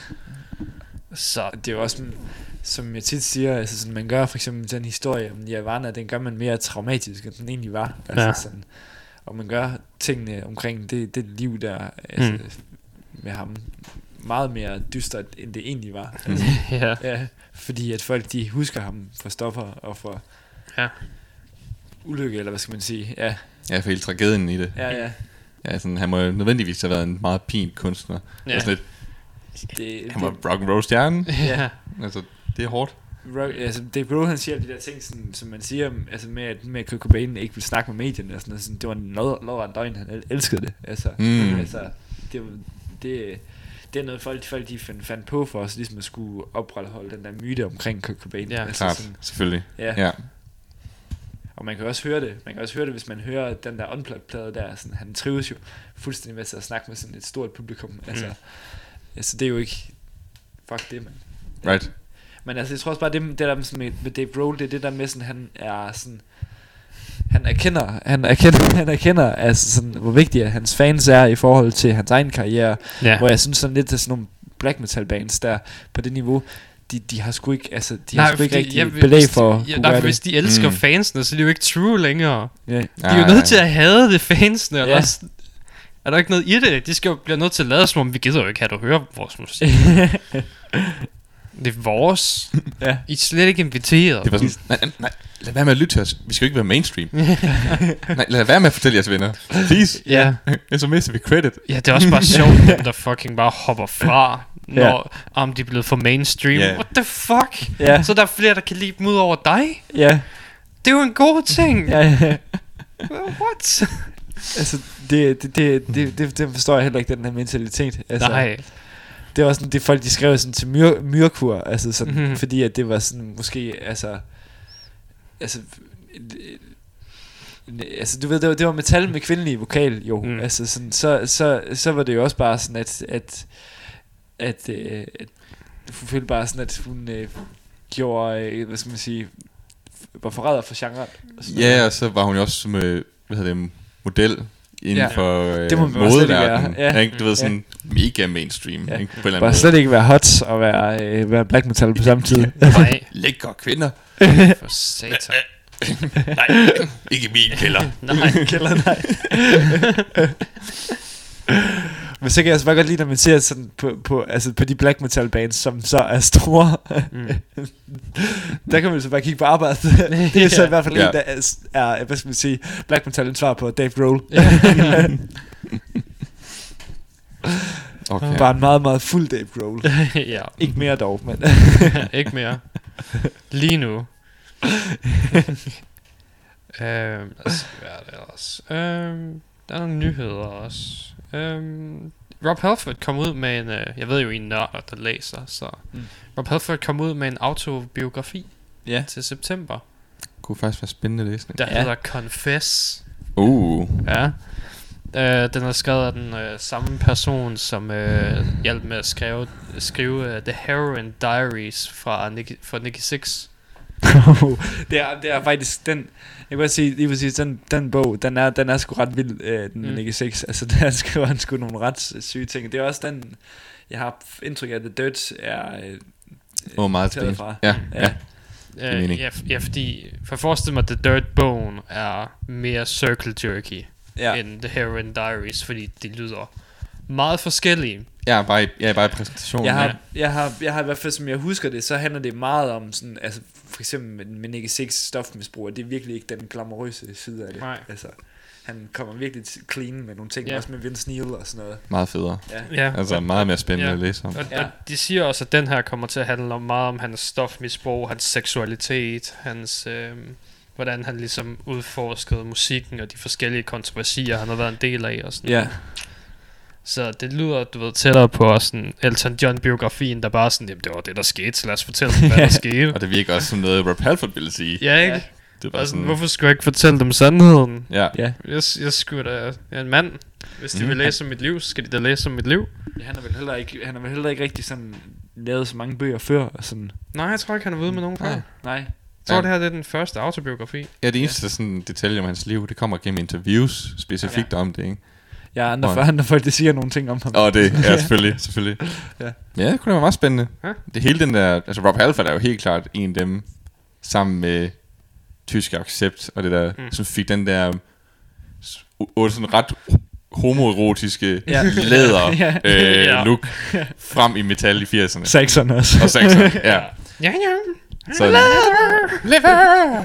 Så Det er jo også, som- som jeg tit siger, altså sådan, man gør for eksempel den historie om Nirvana, den gør man mere traumatisk, end den egentlig var. Altså Ja. sådan, og man gør tingene omkring det, det liv der, altså, Mm. med ham, meget mere dystert, end det egentlig var. Mm. Altså, ja. ja, fordi at folk, de husker ham for stoffer og for Ja. ulykke, eller hvad skal man sige. Ja, Ja, for hele tragedien i det. ja, ja. Ja, sådan, han må jo nødvendigvis have været en meget pin kunstner. Ja. Ja. Sådan lidt, Det, han var det, rock and roll stjerne. Ja. Altså, det er hårdt. rock, altså, Dave Grohl, han siger de der ting, sådan, som man siger, altså med, at, med at Kurt Cobain ikke vil snakke med medierne, og sådan, noget, sådan, det var noget, noget af en døgn, han el- elskede det. Altså, Mm. altså det, var- det, det er noget, folk, folk de fandt, fandt på for os, ligesom at skulle opretholde den der myte omkring Kurt Cobain. Ja, altså, Klart, sådan, selvfølgelig. ja. Ja. Og man kan også høre det, man kan også høre det, hvis man hører den der Unplugged-plade der, sådan, han trives jo fuldstændig med at snakke med sådan et stort publikum. Altså, Mm. altså det er jo ikke, fuck det, man. Right. Men altså, jeg tror også bare, det, det der med, sådan med, med Dave Grohl, det er det der med, sådan, han er sådan, han erkender, han erkender, han erkender altså sådan, hvor vigtige hans fans er i forhold til hans egen karriere, Ja. hvor jeg synes sådan lidt, at sådan nogle black metal bands der, på det niveau, de, de har sgu ikke, altså, de har sgu ikke rigtig ja, belæg hvis for de, at ja, kunne nej, gøre for hvis det. de elsker Mm. mm. fansene, så er de jo ikke true længere. Ja. De er jo nødt til at hade det fansene, Ja. ellers er der ikke noget i det. De skal jo blive nødt til at lade som om, vi gider jo ikke have, at du hører vores musik. Det er vores. Ja. I er slet ikke inviteret. Det var sådan, nej, nej, nej, lad være med at lytte til os. Vi skal jo ikke være mainstream. Nej, lad være med at fortælle jeres venner. Please. Ja. Så mister vi credit. Ja, det er også bare sjovt, dem der fucking bare hopper fra, når om de er blevet for mainstream. Ja. What the fuck? Ja. Så der er flere, der kan lide dem ud over dig? Ja. Det er jo en god ting. Ja, ja. What? Altså, det, det, det, det, det, det forstår jeg heller ikke, den her mentalitet. Altså, Nej. det var sådan, det folk, de skrev sådan til myr, myrkur, altså sådan, Mhm. mm-hmm. fordi at det var sådan, måske, altså, altså, øh, altså, du ved, det var, det var metal med kvindelig vokal, jo, Mm. mm. altså sådan, så, så, så var det jo også bare sådan, at, at, at, øh, at hun følte bare sådan, at hun øh, gjorde, øh, hvad skal man sige, var forræder for genren. og sådan Ja, noget. og så var hun jo også som, øh, hvad hedder det, model inden Ja. for øh, Det må man slet ikke modeverdenen. være. Ja. Ikke? Du ved, sådan mega mainstream. Ja. Ikke? På en eller Bare anden slet ikke være hot og være, øh, være black metal på samme tid. Nej. måde. Lækre kvinder. For satan. Nej, ikke min kælder. Nej. Kælder, nej. Men så kan jeg altså bare godt lide, når man ser sådan på, på, altså på de black metal bands, som så er store. Mm. Der kan man så bare kigge på arbejdet. Det er så Ja. i hvert fald Ja. en, der er, er, hvad skal man sige, black metal en svar på Dave Grohl. Okay. Bare en meget, meget fuld Dave Grohl. Ja. Ikke mere dog, men... Ikke mere. Lige nu. øhm, lad os se, hvad er det ellers? Øhm, der er nogle nyheder også. Øhm, Rob Halford kom ud med en, øh, jeg ved jo I er nørder, der læser, så Mm. mm. Rob Halford kom ud med en autobiografi Ja. til september, Kunne faktisk være spændende læsning. der Ja. ja. hedder Confess. Uh. Ja. Uh, den er skrevet af den uh, samme person, som uh, hjalp med at skrive, skrive uh, The Heroin Diaries fra Nicky, fra Nicky Six. det, er, det er faktisk den. Jeg vil sige, lige præcis den, den bog, den er, den er sgu ret vild, øh, den mm. Nicky Six. Altså der skriver han sgu nogle ret syge ting. Det er også den, jeg har indtryk af, at The Dirt er øh, Åh, oh, meget taget spændende. fra. Ja, ja. ja. Uh, mening. ja, ja, fordi for at forestille mig, at The Dirt-bogen er mere circle jerky Ja. end The Heroin Diaries, fordi de lyder meget forskellige. Jeg er bare i, jeg er bare i præsentationen. Jeg Ja. har, jeg, har, jeg har i hvert fald, som jeg husker det, så handler det meget om sådan, altså for eksempel med, med Nicky Six stofmisbrug, og det er virkelig ikke den glamourøse side af det. Nej. Altså, han kommer virkelig clean med nogle ting, Ja. også med Vince Neil og sådan noget. Meget federe. Ja. Ja, Altså meget mere spændende Ja. at læse om. Og, Ja. og de siger også, at den her kommer til at handle om meget om hans stofmisbrug, hans seksualitet, hans, øh, hvordan han ligesom udforskede musikken og de forskellige kontroversier, han har været en del af og sådan. Ja. Så det lyder, du ved, tættere på også sådan Elton John-biografien, der bare sådan, jamen det var det, der skete, så lad os fortælle dem, hvad der skete. Og det virker også som noget, Rob Halford ville sige. Ja, ikke? Ja. Det er bare Altså, sådan, hvorfor skulle jeg ikke fortælle dem sandheden? ja. Ja. Jeg, jeg skulle da, jeg er en mand. Hvis de Mm. vil læse om mit liv, så skal de da læse om mit liv. Han har vel heller ikke, han har vel heller ikke rigtig sådan lavet så mange bøger før og sådan. Nej, jeg tror ikke, han er ude med nogen før. Nej. Jeg Nej. tror, Ja. det her det er den første autobiografi. Ja, det eneste sådan, detalje om hans liv, det kommer gennem interviews specifikt om det, ikke? Ja, andre, Og- for, andre folk, det siger nogle ting om ham. Og det er selvfølgelig, selvfølgelig. Ja. Men ja, det kunne da være meget spændende. Ja. Det hele den der, altså Rob Halford er jo helt klart en af dem, sammen med Tysk Accept, og det der, Mm. mm. som fik den der, s- o- sådan ret homoerotiske Ja. læder Ja. øh, Ja. look frem i metal i firserne. Saxon også. Og sexer, ja. Ja, ja. Så, Liver!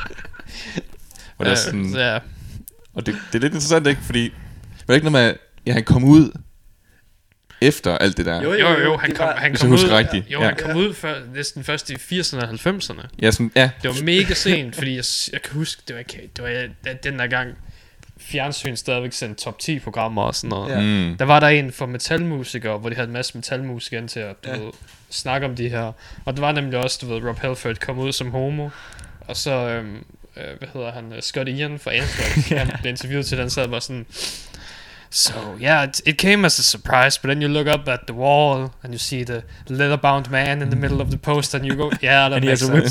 og, det er sådan, Ja, og det, det er lidt interessant, ikke? Fordi, var det ikke noget med, ja, han kom ud efter alt det der. Jo, jo, jo, han det kom, var- han Hvis kom jeg husker ud, rigtigt, jo, ja. han kom ud før, næsten først i firserne og halvfemserne. Ja, sådan, ja. Det var mega sent, fordi jeg, jeg kan huske, det var, ikke, det var da- den der gang, fjernsyn stadigvæk sendte top ti programmer og sådan noget. Ja. Mm. Der var der en for metalmusikere, hvor de havde en masse metalmusikere ind til at du Ja. ved, snakke om de her. Og det var nemlig også, du ved, Rob Halford kom ud som homo. Og så, øhm, øh, hvad hedder han, uh, Scott Ian fra Anthrax, Ja. han blev interviewet til den, sad bare sådan, so yeah, it, it came as a surprise, but then you look up at the wall, and you see the leather-bound man in the middle of the poster, and you go, yeah, that And he makes has a whip.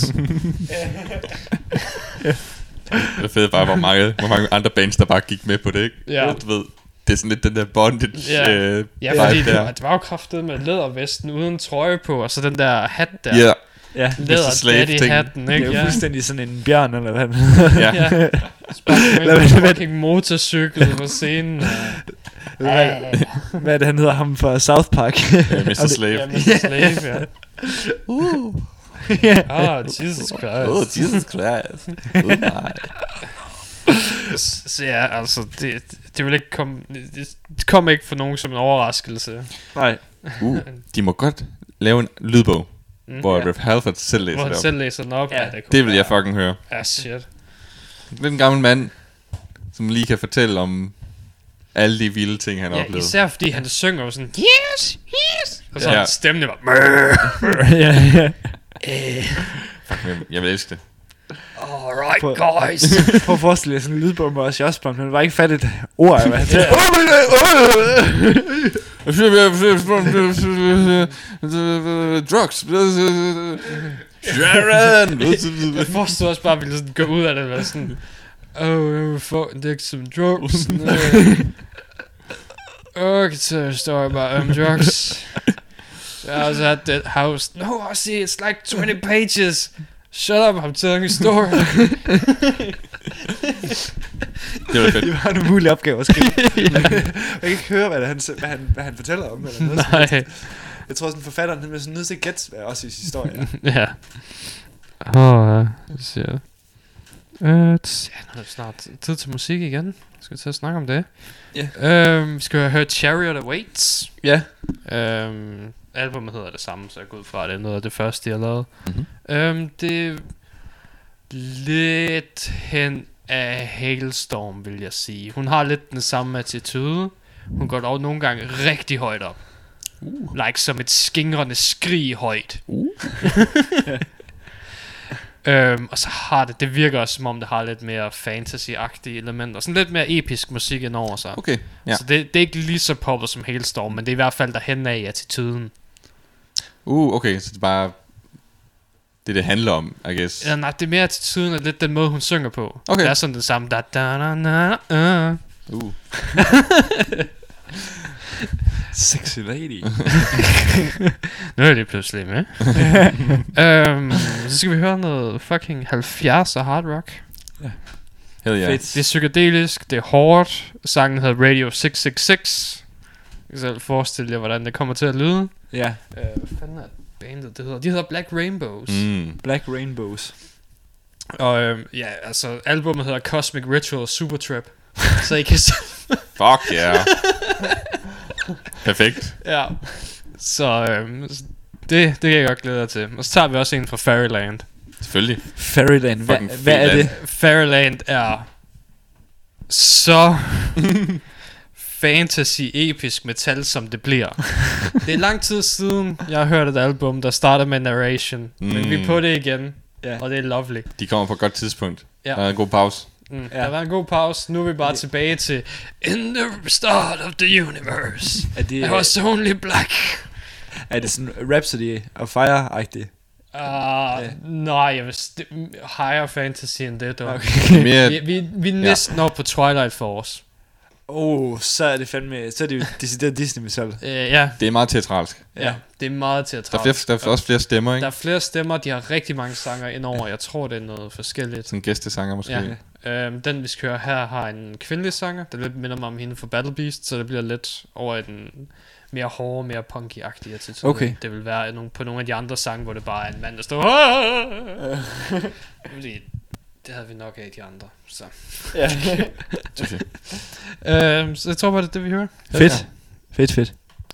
sense. Det fede bare, hvor mange, hvor mange andre bands, der bare gik med på det, ikke? Ja. Du ved, det er sådan lidt den der bondage Ja. øh, Ja, fordi vibe det der. var, det var jo kraftet med lædervesten uden trøje på, og så den der hat der. Ja, Ja. Læder Slave daddy ting. hatten, Det ikke? er jo Ja. fuldstændig sådan en bjørn, eller hvad? ja. Ja. Sparker Lad med mig- en fucking motorcykel på scenen. hvad, hvad er det, han hedder ham fra South Park? Øh, mister Slave. Ja, mister Slave, ja. Uh. Ja. Ah, Jesus Christ. Oh, Jesus Christ. Oh, nej. S- Så ja, altså, det, det vil ikke komme, det, det kommer ikke for nogen som en overraskelse. Nej. Uh, de må godt lave en lydbog, Mm. hvor Ja. Rip Halford selv læser Hvor han det op. selv læser den op. Ja. Ja, det, kunne Det vil jeg være- fucking høre. Ja, shit. Lidt en gammel mand, som lige kan fortælle om alle de vilde ting, han har Ja, oplevet. især fordi han synger jo sådan, yes, yes. Og så Ja. ja. stemmen det var, ja, ja. Fuck, jeg, jeg vil elske det. alright Prøv- guys. Prøv at forestille dig sådan en lydbog med os i Osborn, men var ikke fattigt et ord af, hvad han sagde. Drugs. Sharon. Jeg forstår også bare, at vi ville sådan gå ud af det, og være sådan, oh, jeg vil få en digt som drugs. Åh, kan tell a story about um, drugs. I was at that house. No, I see, it's like twenty pages. Shut up, I'm telling a story. Det var fedt. Det var en umulig opgave at skrive. Jeg kan ikke høre, hvad, det, han, hvad, han, hvad han fortæller om. Eller noget. Nej. Jeg tror, sådan forfatteren han er sådan nødt til at gætte, hvad også i historie. Ja. Åh, ja. Jeg siger. Øh, t- ja, nu er det snart tid til musik igen. Skal vi til at snakke om det? Ja. Øhm, vi skal have hørt Chariot Awaits. Ja. Øhm, albumet hedder det samme, så jeg går ud fra, at det er noget af det første, jeg lavede. Mhm. Øhm, det er lidt hen af Hailstorm, vil jeg sige. Hun har lidt den samme attitude. Hun går dog nogle gange rigtig højt op. Uh. Like som et skingrende skrig højt. Uh. Øhm, og så har det, det virker også som om det har lidt mere fantasy-agtige elementer. Sådan lidt mere episk musik ind over sig. Okay, ja. Så det, det er ikke lige så poppet som Hailstorm, men det er i hvert fald derhen af i attituden. Uh, okay, så det er bare det, det handler om, I guess. Ja, nej, det er mere attituden og lidt den måde, hun synger på. Okay. Det er sådan det samme. Da, da, da, da, uh. Uh. Sexy lady. Nu er det pludselig med. øhm, så skal vi høre noget fucking halvfjerdser hard rock. Hell yeah. Fedt. Det er psykedelisk, det er hårdt. Sangen hedder Radio seks seks seks. Jeg kan selv forestille jer, hvordan det kommer til at lyde. Ja, Øh, hvad fanden er bandet, det hedder? De hedder Black Rainbows. Mm. Black Rainbows. Og øhm, ja, altså, albumet hedder Cosmic Ritual Supertrap. Så I kan se... Fuck yeah. Perfekt. Ja. Så øhm, det, det kan jeg godt glæde dig til. Og så tager vi også en fra Fairyland. Selvfølgelig. Fairyland, Hva, Fucking hvad er fedt det? Fairyland er så fantasy-episk metal, som det bliver. Det er lang tid siden, jeg har hørt et album, der starter med narration. Mm. Men vi er på det igen, Ja. og det er lovely. De kommer på et godt tidspunkt. Ja. Der er en god pause. Mm. Ja. Der var en god pause. Nu er vi bare yeah. tilbage til In the start of the universe Er det, I was only black. er det sådan Rhapsody of Fire-agtigt? Uh, yeah. Nej, jeg vil st- higher fantasy end det dog. Okay. Mere, Vi, vi, vi er næsten oppe på Twilight Force. Oh, så er det fandme, så er det jo decideret Disney-metal. Uh, ja, det er meget teatralsk. ja, det er meget til at Der er, flere, der er også flere stemmer, Der ikke? er flere stemmer, de har rigtig mange sanger indover. Jeg tror, det er noget forskelligt. Sådan gæstesanger måske. Ja. Øhm, den vi skal høre her har en kvindelig sanger. Det lidt minder mig om hende fra Battle Beast, så det bliver lidt over i den mere hårde, mere punky-agtige attitude. Okay. Det vil være nogle, på nogle af de andre sange, hvor det bare er en mand, der står Fordi det havde vi nok af de andre. Så, Ja. øhm, så jeg tror bare, det er det, vi hører. Fedt. Fedt, fedt.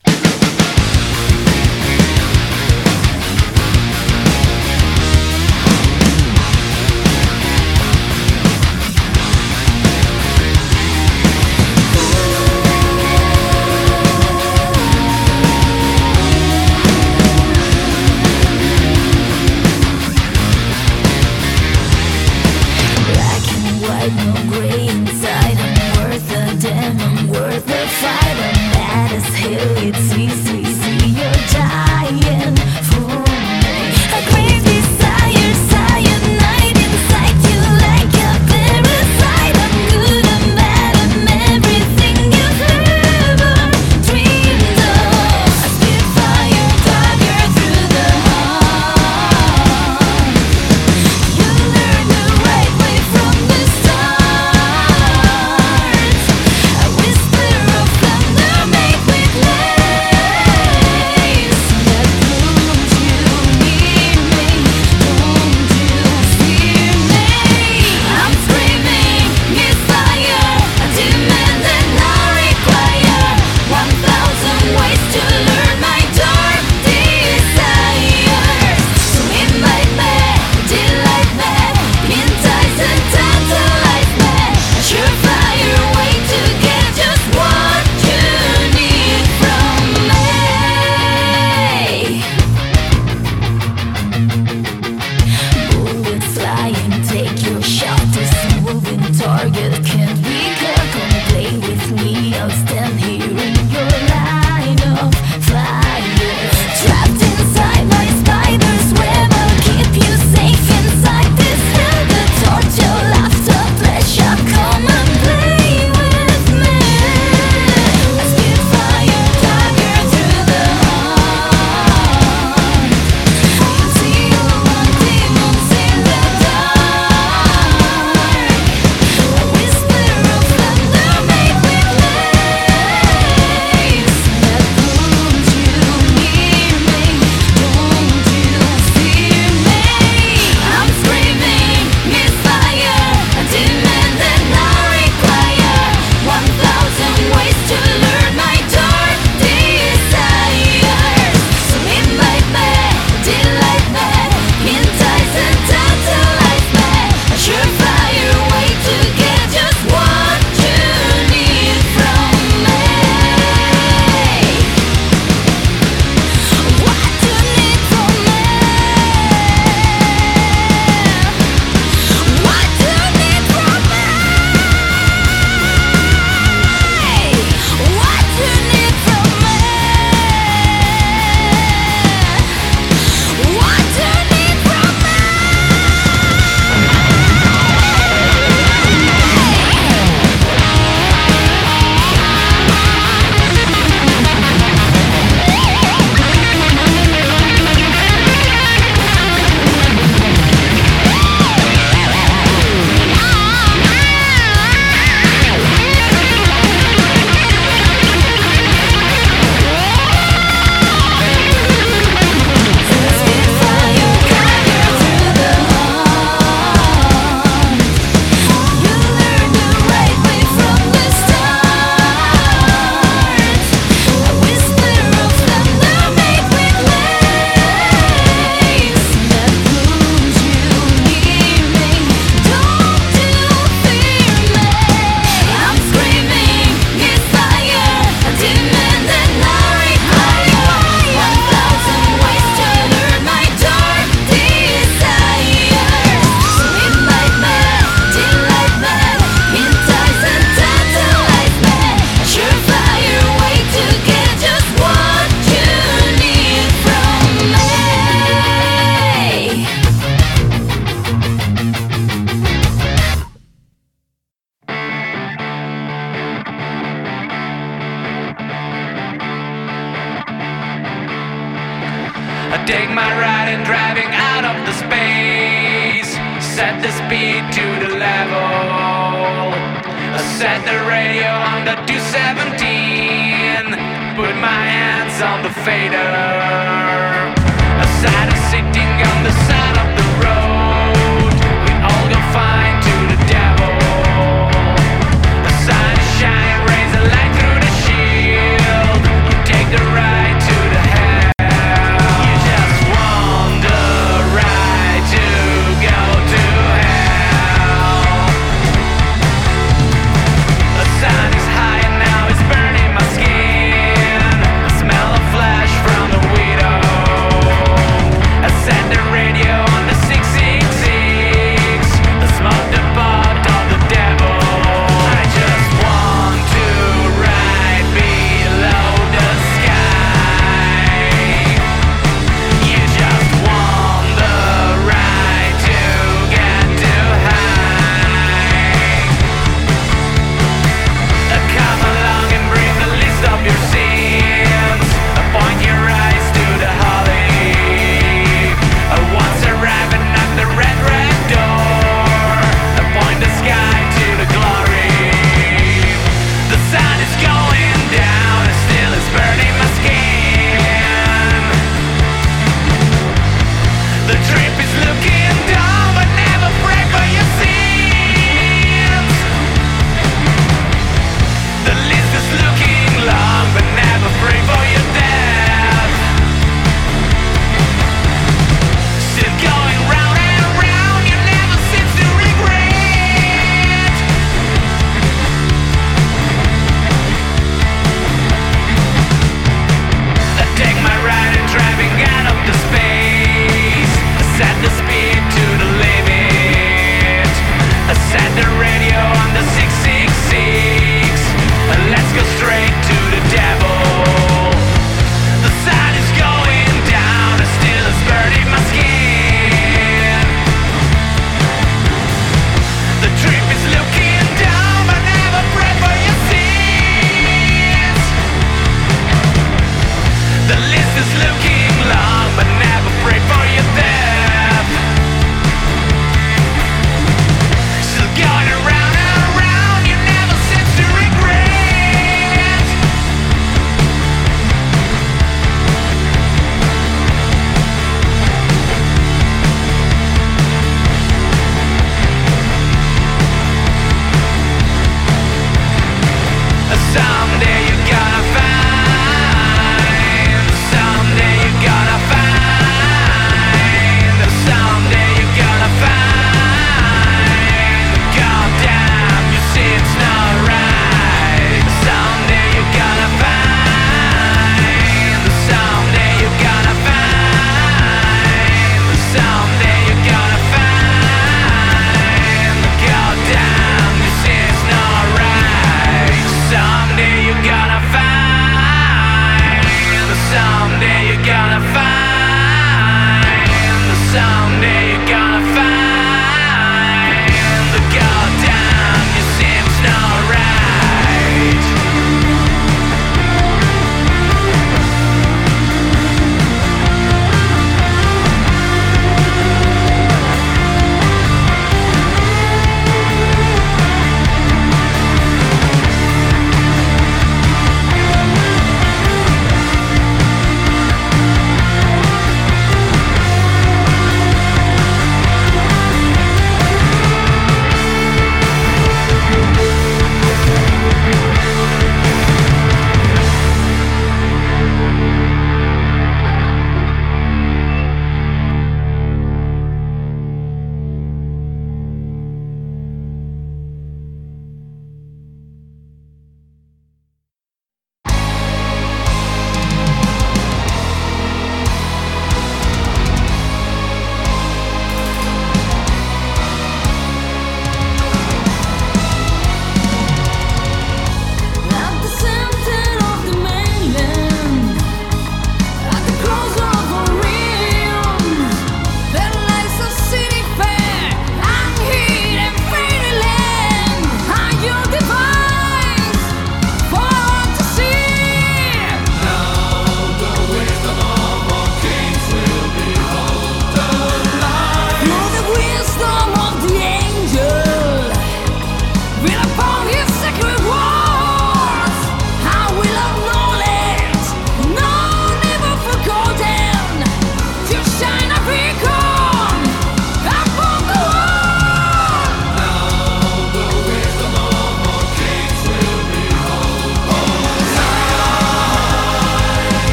No gray inside, I'm worth a damn, I'm worth a fight. I'm mad as hell, it's easy, see you're dying for me. I crave desire, cyanide inside you like a parasite. I'm good, I'm bad, I'm everything you've ever dreamed of. I spit fire, dagger through the heart. You learn the right way from the start. A whisper of thunder, make me glad. take my ride and driving out of the space. Set the speed to the level. Set the radio on the two seventeen. Put my hands on the fader. Aside of sitting on the side of the road. We all go fine to the devil. The sunshine rays a light through the shield. You take the ride to the hell. You just want the ride to go to hell. The sun is high and now it's burning my skin. I smell of flesh from the window.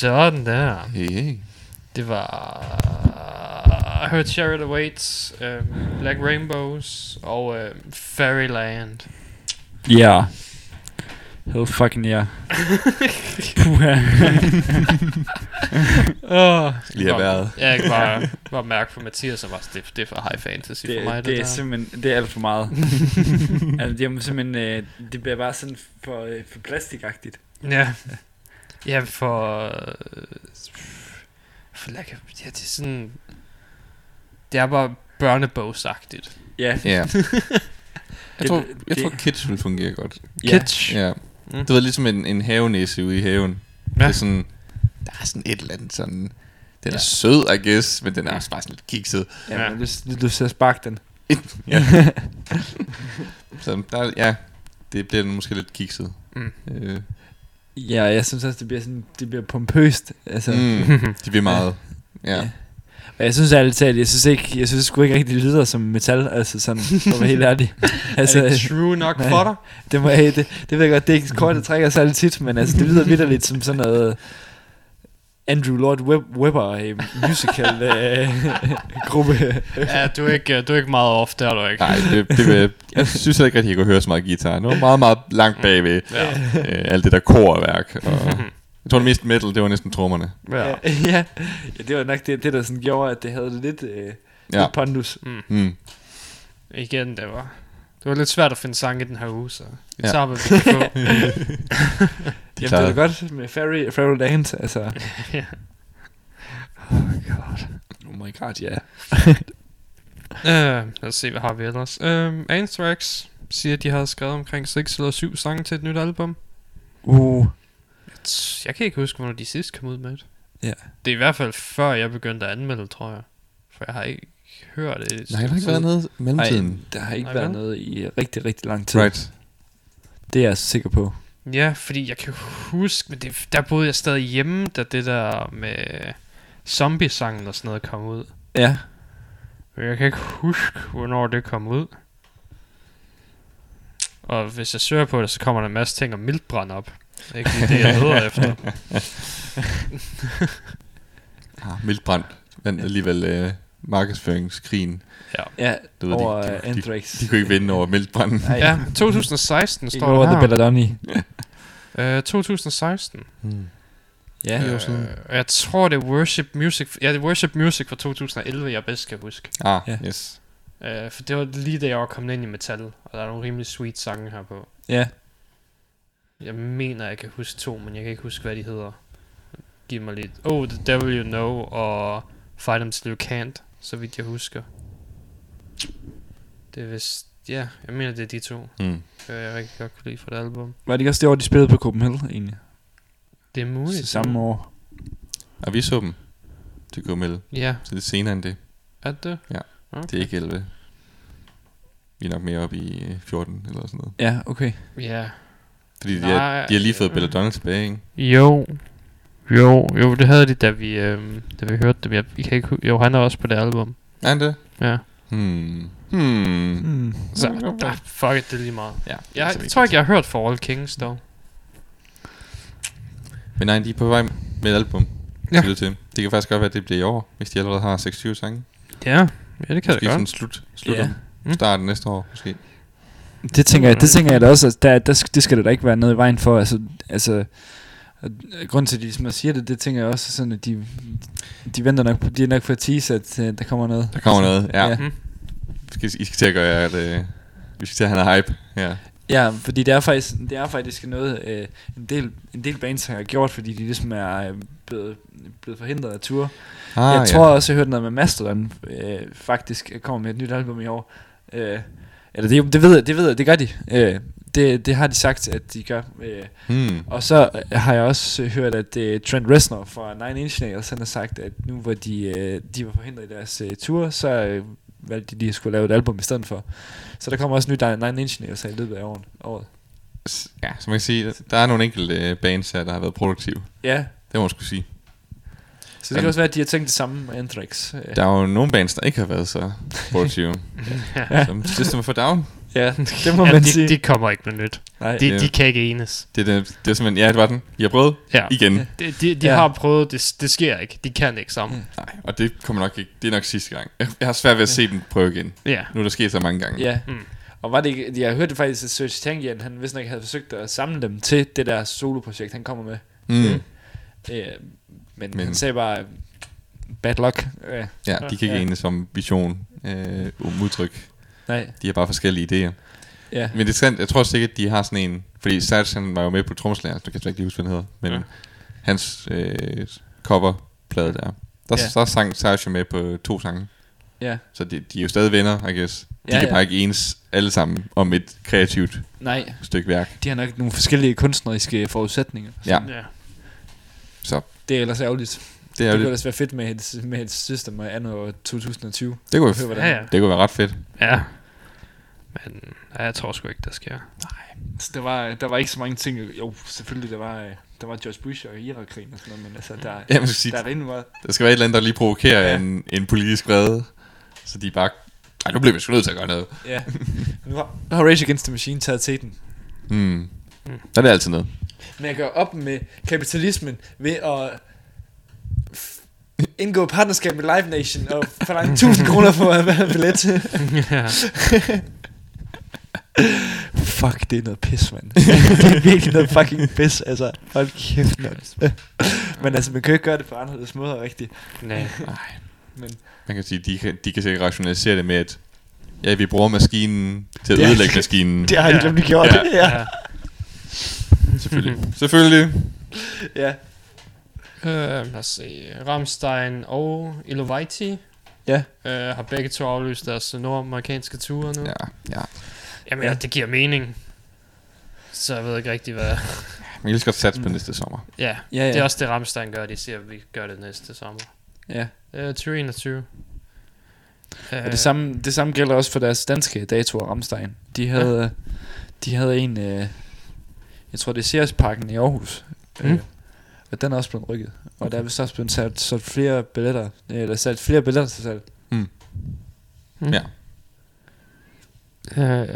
Sådan der. Hey. Det var... I heard Charity Waits, um, Black Rainbows og um, Fairyland. Ja. Hell fucking yeah. Puha. Oh, Lige har været. Jeg kan bare, bare mærke på Mathias, som var det, det er for high fantasy det, for mig. Det, det er der. simpelthen, det er alt for meget. Altså, det er simpelthen, øh, det bliver bare sådan for, øh, for plastikagtigt. Ja. Ja, for... Øh, for like, ja, det er sådan... Det er bare børnebogsagtigt. Ja. Ja. Jeg Det- tror, jeg det- tror Kitsch vil fungere godt. Ja. Kitsch. Ja. Mm. Det var ligesom en, en havenæse ude i haven. Ja. Det er sådan, der er sådan et eller andet sådan, den er Ja. sød, I guess, men den er også bare sådan lidt kikset. Ja, Ja. men lyst, lyst til at sparke den. Ja. Så der, er- ja, det bliver måske lidt kikset. Mm. Øh, Ja, jeg synes også, det bliver sådan, det bliver pompøst. Altså, mm, de bliver meget, ja. Ja. Og jeg synes ærligt talt, jeg synes ikke, jeg synes sgu ikke rigtig, det lyder som metal, altså sådan, for at være helt ærlig. Altså, er det Altså, true nok nej. for dig? det, må, hey, det, det ved jeg godt, det er ikke kort, det trækker særlig tit, men altså, det lyder vitterligt som sådan noget Andrew Lloyd Web- Webber øh, musical øh, gruppe. Ja, du er ikke, du er ikke meget off, der er du ikke. Nej, det, det vil, jeg synes heller ikke rigtig, jeg kunne høre så meget guitar. Det var meget, meget langt bagved. Ja. Øh, alt det der korværk. Og jeg tror, det mest metal, det var næsten trommerne. Ja. Ja, ja, ja, det var nok det, det der sådan gjorde, at det havde lidt, øh, Ja. lidt pondus. Mm. Mm. Igen, det var... Det var lidt svært at finde sang i den her uge, så vi Ja. tager, hvad vi kan få. Jamen, det er klarede. da godt med Fairy, Fairyland, altså. Ja. Oh god. Oh my god, ja. Uh, lad os se, hvad har vi ellers. Um, Anthrax siger, at de har skrevet omkring seks eller syv sange til et nyt album. Uh. Jeg kan ikke huske, hvornår de sidst kom ud med det. Ja. Det er i hvert fald før jeg begyndte at anmelde, tror jeg. For jeg har ikke hørt det. i et Der har heller ikke stykke været tid. noget i mellemtiden. Nej, der har ikke Nej, været vel? noget i rigtig, rigtig lang tid. Right. Det er jeg så sikker på. Ja, fordi jeg kan huske, men det, der boede jeg stadig hjemme, da det der med zombie-sangen og sådan noget kom ud. Ja. Men jeg kan ikke huske, hvornår det kom ud. Og hvis jeg søger på det, så kommer der en masse ting om mildbrand op. Det er ikke lige det, jeg leder efter. Ah, mildbrand. Men alligevel øh, markedsføringskrigen. Ja. Ja, Du ved, over de- uh, de- Anthrax. De kunne ikke vinde over mildbranden. Nej, Ja, to tusind og seksten ikke står over der The her. Belladonni. Uh, to tusind og seksten. Hmm. Ja, Det var sådan. Uh, jeg tror, det er Worship Music. Ja, det er Worship Music fra to tusind og elleve, jeg bedst kan huske. Ah, Ja. yes. Uh, for det var lige da jeg var kommet ind i metal. Og der er nogle rimelig sweet sange her på. ja. Jeg mener, jeg kan huske to, men jeg kan ikke huske, hvad de hedder. Giv mig lidt. Oh, The Devil You Know og Fight Them Till You Can't, så vidt jeg husker. Det er vist... Ja, jeg mener, det er de to. Hmm. Det jeg rigtig godt kunne lide fra det album. Var det ikke også det år, de spillede på Copenhagen, egentlig? Det er muligt. Så samme år. Og vi så dem til K M L. Ja, Så det er senere end det. er det? Ja, Okay. Det er ikke elleve. Vi er nok mere oppe i øh, fjorten eller sådan noget. Ja, okay. Ja. Fordi de, Nej, er, de har lige fået øh. Belladonna tilbage, ikke? Jo. Jo, jo, det havde de, da vi, øhm, da vi hørte dem. Jeg, jeg kan ikke, hu- jo, han er også på det album. Er han det? Ja. Hmm. Hmm. Hmm. Så, der, fuck it, det er lige meget. Ja, Jeg, så vi jeg tror kan ikke, jeg har hørt For All Kings, dog. Men nej, de er på vej med et album. Ja. Ja. Til. Det kan faktisk godt være, at det bliver i år, hvis de allerede har seksogtyve sange. Ja, ja, det kan Måske det sådan godt. slut, slut Ja. yeah. Mm. starten næste år, måske. Det tænker jeg, det tænker jeg da også, at der, der, det skal der da ikke være noget i vejen for. Altså, altså grunden til, at de ligesom siger det, det tænker jeg også sådan, at de, de venter nok, de er nok for at tease, at uh, der kommer noget. Der kommer noget, ja. Ja. ja. Mm. I skal, I skal til at gøre, at øh, vi skal til at have noget hype. Ja. Ja, fordi det er faktisk, det er faktisk noget, øh, en, del, en del bands har gjort, fordi de ligesom er øh, blevet, blevet forhindret af ture. Ah, Jeg tror også, jeg hørte noget med Mastodon, øh, faktisk kommer med et nyt album i år. Øh, eller det, det ved jeg, det ved jeg, det gør de. Øh, det, det har de sagt, at de gør. Øh, Hmm. og så øh, har jeg også hørt, at øh, Trent Reznor fra Nine Inch Nails, han har sagt, at nu hvor de, øh, de var forhindret i deres øh, tour, så øh, valgte de lige at skulle lave et album i stedet for. Så der kommer også nyt Nine Inch Nails her i løbet af året. året. S- Ja, så man kan sige, der er nogle enkelte øh, bands her, der har været produktive. Ja, Det må man skulle sige. så det kan Men- også være, at de har tænkt det samme med Anthrax. Øh, Der er jo nogle bands, der ikke har været så produktive. Ja. Som System of a Down, Ja, det må Ja, man de, sige. de kommer ikke med nyt. Nej. De, Ja. de kan ikke enes. Det, det, det er simpelthen, ja, det var den. Vi har prøvet Ja. igen. Ja. De, de, de Ja. har prøvet, det, det sker ikke. De kan ikke sammen. Nej, og det kommer nok ikke, det er nok sidste gang. Jeg, jeg har svært ved at se dem prøve igen. Ja. Nu er der sket så mange gange. Ja. Mm. Og var det ikke, jeg hørte faktisk, at Serge Tankian, han vist nok havde forsøgt at samle dem til det der soloprojekt, han kommer med. Mm. Øh, men, Men- men han sagde bare, bad luck. Øh, Ja, de kan ikke Ja. enes om vision, øh, om udtryk. nej, De har bare forskellige idéer. ja. Men det er sandt, jeg tror sikkert, de har sådan en... Fordi Serge, han var jo med på trommeslager, så kan jeg ikke lige huske, hvad han hedder. Men Ja. ja. hans øh, coverplade der, der, Ja. ja. der sang Serge jo med på to sange. Ja, Så de, de er jo stadig venner, I guess. De Ja, kan ja. bare ikke enes alle sammen om et kreativt nej, stykke værk. de har nok nogle forskellige kunstneriske forudsætninger. Ja, Ja. så Det er ellers ærgerligt. det Det er kunne jo det. ellers være fedt med et, med et system af anno to tusind og tyve. Det kunne, Hør, hvordan- Ja, ja. det kunne være ret fedt. Ja. Men ja, jeg tror sgu ikke, der sker. Så der var, der var ikke så mange ting. Jo, selvfølgelig, der var, der var George Bush og Irak-krigen og sådan noget, men altså, der, Ja, man skal sige, der er rimelig meget. der skal være et eller andet, der lige provokerer Ja. ja. en, en politisk vrede. Så de bare... Ej, nu bliver vi sgu nødt til at gøre noget. Ja. Nu har, nu har Rage Against the Machine taget til den. Mm. Der er det altid noget. Men jeg gør op med kapitalismen ved at f- indgå partnerskab med Live Nation og forlange tusind kroner for at være billet. Ja. Fuck, det er noget pis, mand. Det er virkelig noget fucking pis, altså. Hold kæft, mand. Men altså, man kan jo ikke gøre det på anderledes måder, rigtigt. Nej. Men Man kan sige, de kan, de kan sikkert rationalisere det med, at ja, vi bruger maskinen til at Det er- ødelægge maskinen. det har de Ja. glemt gjort. Ja. Ja. Ja. Selvfølgelig. Selvfølgelig. Ja. Øh, lad os se. Rammstein og Ilovaitie Ja. øh, har begge to aflyst deres nordamerikanske ture nu. Ja, ja. Jamen Ja. ja, det giver mening. Så jeg ved ikke rigtig hvad. Man kan lige så godt satse på næste sommer. Ja, Ja, ja. det er også det Rammstein gør. De siger, at vi gør det næste sommer. Ja. Øh, tyve enogtyve. Øh, Og det samme, det samme gælder også for deres danske datoer, Rammstein. De havde, ja. de havde en, øh, jeg tror det er Ceresparken i Aarhus. Mm. Øh, og den er også blevet rykket. Og der er vist også blevet sat, sat flere billetter, eller sat flere billetter til salg. Mm. Mm. Ja. Øh,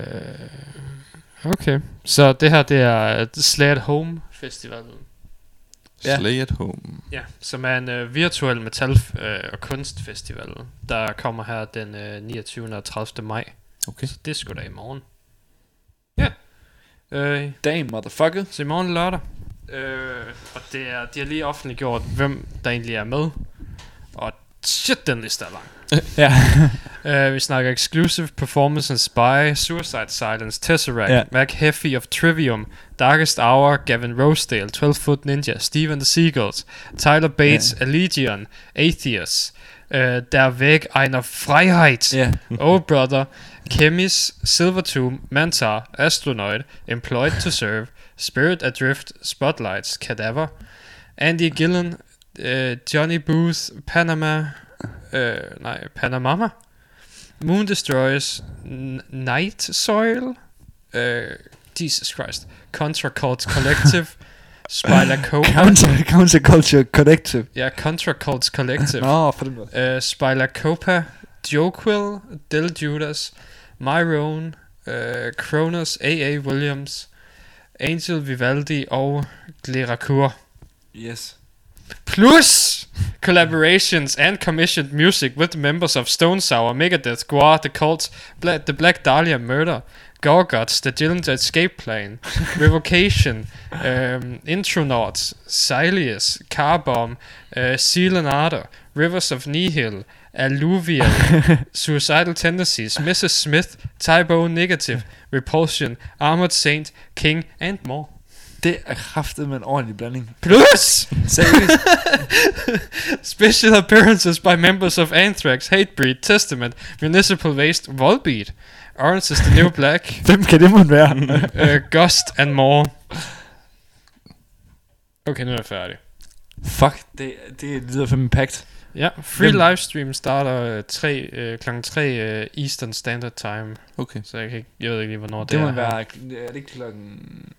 okay. Så det her, det er Slay at Home Festivalen. Ja. Slay at home. Ja, som er en øh, virtuel metal- øh, og kunstfestival, der kommer her den øh, niogtyvende og tredivte maj. Okay. Så det er sgu da i morgen. Ja. Øh, Damn, motherfucker. så i morgen lørdag. Øh, og det er, de har lige offentliggjort, hvem der egentlig er med. Og shit, den liste er lang. Ja. Uh, vi snakker Exclusive Performance and Spy, Suicide Silence, Tesseract, Ja. yeah. Mac Heffy of Trivium, Darkest Hour, Gavin Rosedale, twelve Foot Ninja, Steve and the Seagulls, Tyler Bates, Ja. Allegion, Atheist, uh, Der Weg einer Freiheit, Ja. Oh Brother, Chemis, Silvertomb, Mantar, Astronaut, Employed to Serve, Spirit Adrift, Spotlights, Cadaver, Andy Gillen, uh, Johnny Booth, Panama, øh, nej, Panamama, Moon Destroyers, N- Night Soil, øh, Jesus Christ, Contra Cults Collective, Spyla Copa, Counter, Counterculture Collective. ja, Contra Cults Collective, Nå, for den måde. øh, Spyla Copa, Joquill, Del Judas, Myron, øh, Kronos, A A. Williams, Angel Vivaldi og Gleracour. Yes. Plus collaborations and commissioned music with members of Stone Sour, Megadeth, Gwar, The Cult, Bla- The Black Dahlia Murder, Gorguts, The Dillinger Escape Plan, Revocation, um, Intronauts, Silius, Carbomb, uh, Seal and Ardor, Rivers of Nihil, Alluvial, Suicidal Tendencies, missus Smith, Tybo Negative, Repulsion, Armored Saint, King and more. Det er kraftet med en ordentlig blanding. Plus Seriøst. special appearances by members of Anthrax, Hatebreed, Testament, Municipal Waste, Volbeat, Orange is the New Black, Hvem kan det måtte være? uh, Ghost and more. Okay, nu er jeg færdig. Fuck, det, det lyder fandme packed. Ja, free Hvem- livestream starter uh, tre, uh, klokken tre uh, Eastern Standard Time. Okay. Så jeg, kan ikke, jeg ved ikke lige, hvornår det, Det må er. være, er det ikke klokken...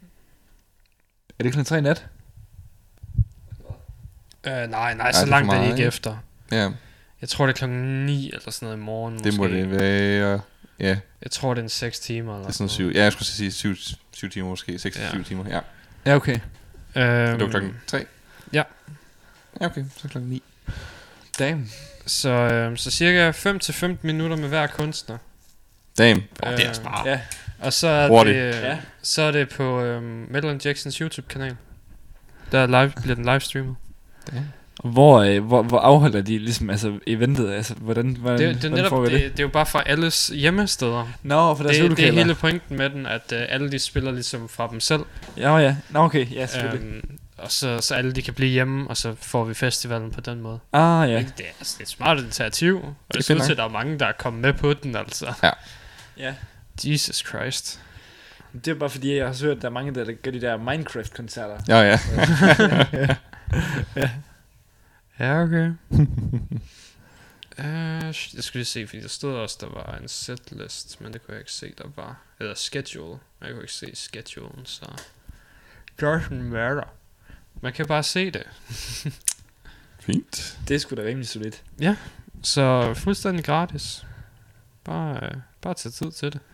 Er det klokken tre i nat? Uh, nej, nej, det så er langt for er det meget, ikke ikke? efter. Ja. Jeg tror, det er klokken ni eller sådan noget i morgen. Det måske. må det være. Ja, Jeg tror, det er en seks timer. Eller det er sådan syv. noget. Ja, jeg skulle sige syv, syv timer måske. seks til Ja. syv timer, ja. Ja, okay. Øhm, Det var klokken tre. Ja. Ja, okay. Så klokken ni. Damn. Så, øhm, så cirka fem til femten minutter med hver kunstner. Damn. Oh, Øh, det er smart. Ja. Og så er Hurtigt. det, øh, Ja. så er det på øhm, Metal Injections YouTube-kanal. Der live, bliver den livestreamet. Og hvor, øh, hvor, hvor afholder de ligesom altså eventet? Altså, hvordan, hvordan, Det, det, er hvordan netop, foregår det, det er jo bare fra alles hjemmesteder. Nå, for deres Det, det er øvelokaler. hele pointen med den, at øh, alle de spiller ligesom fra dem selv. Ja, ja. Nå, okay. Ja, selvfølgelig. Øhm, og så, så alle de kan blive hjemme, og så får vi festivalen på den måde. Ah, ja. Ikke? Det er, altså, det er et smart initiativ. Og jeg fedt synes, nok. at der er mange, der er kommet med på den, altså. Ja. Jesus Christ. Det er bare fordi, jeg har hørt, at der er mange, der gør de der Minecraft-koncerter. Ja, ja. Ja, okay. uh, jeg skulle lige se, fordi der stod også, der var en setlist, men det kunne jeg ikke se, der var. Eller schedule. Jeg kunne ikke se schedulen, så... Doesn't matter. Man kan bare se det. Fint. Det er sgu da rimelig solidt. Så fuldstændig gratis. Bare, uh, bare tage tid til det.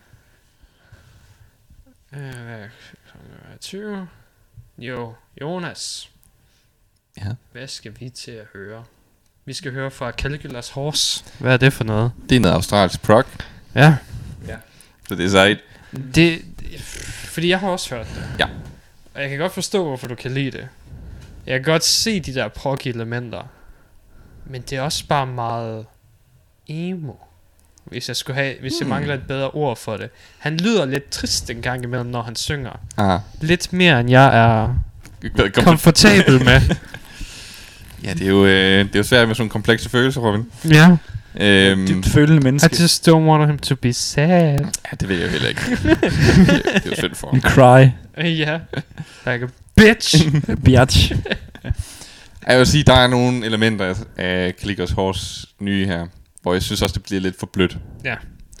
Uh, hvad er klokken er tyve? Jo, Jonas. Ja. Hvad skal vi til at høre? Vi skal høre fra Caligula's Horse. Hvad er det for noget? Det er noget australsk prog, Ja. så det er sejt. Det, det, fordi jeg har også hørt det. Ja. Og jeg kan godt forstå, hvorfor du kan lide det. Jeg kan godt se de der prog-elementer. Men det er også bare meget emo. Hvis jeg skulle have, hvis jeg Hmm. mangler et bedre ord for det. Han lyder lidt trist en gang imellem, når han synger. Ah. Lidt mere, end jeg er Kom, komfortabel med. ja, det er jo, øh, det er jo svært med sådan komplekse følelser, Robin. Ja. Øhm, Dybt følende I menneske. just don't want him to be sad. ja, det ved jeg heller ikke. det, det er jo synd for. En cry. Ja. Like a bitch. Biatch. Jeg vil sige, der er nogle elementer af Caligula's Horse nye her, hvor jeg synes også, det bliver lidt for blødt. Ja.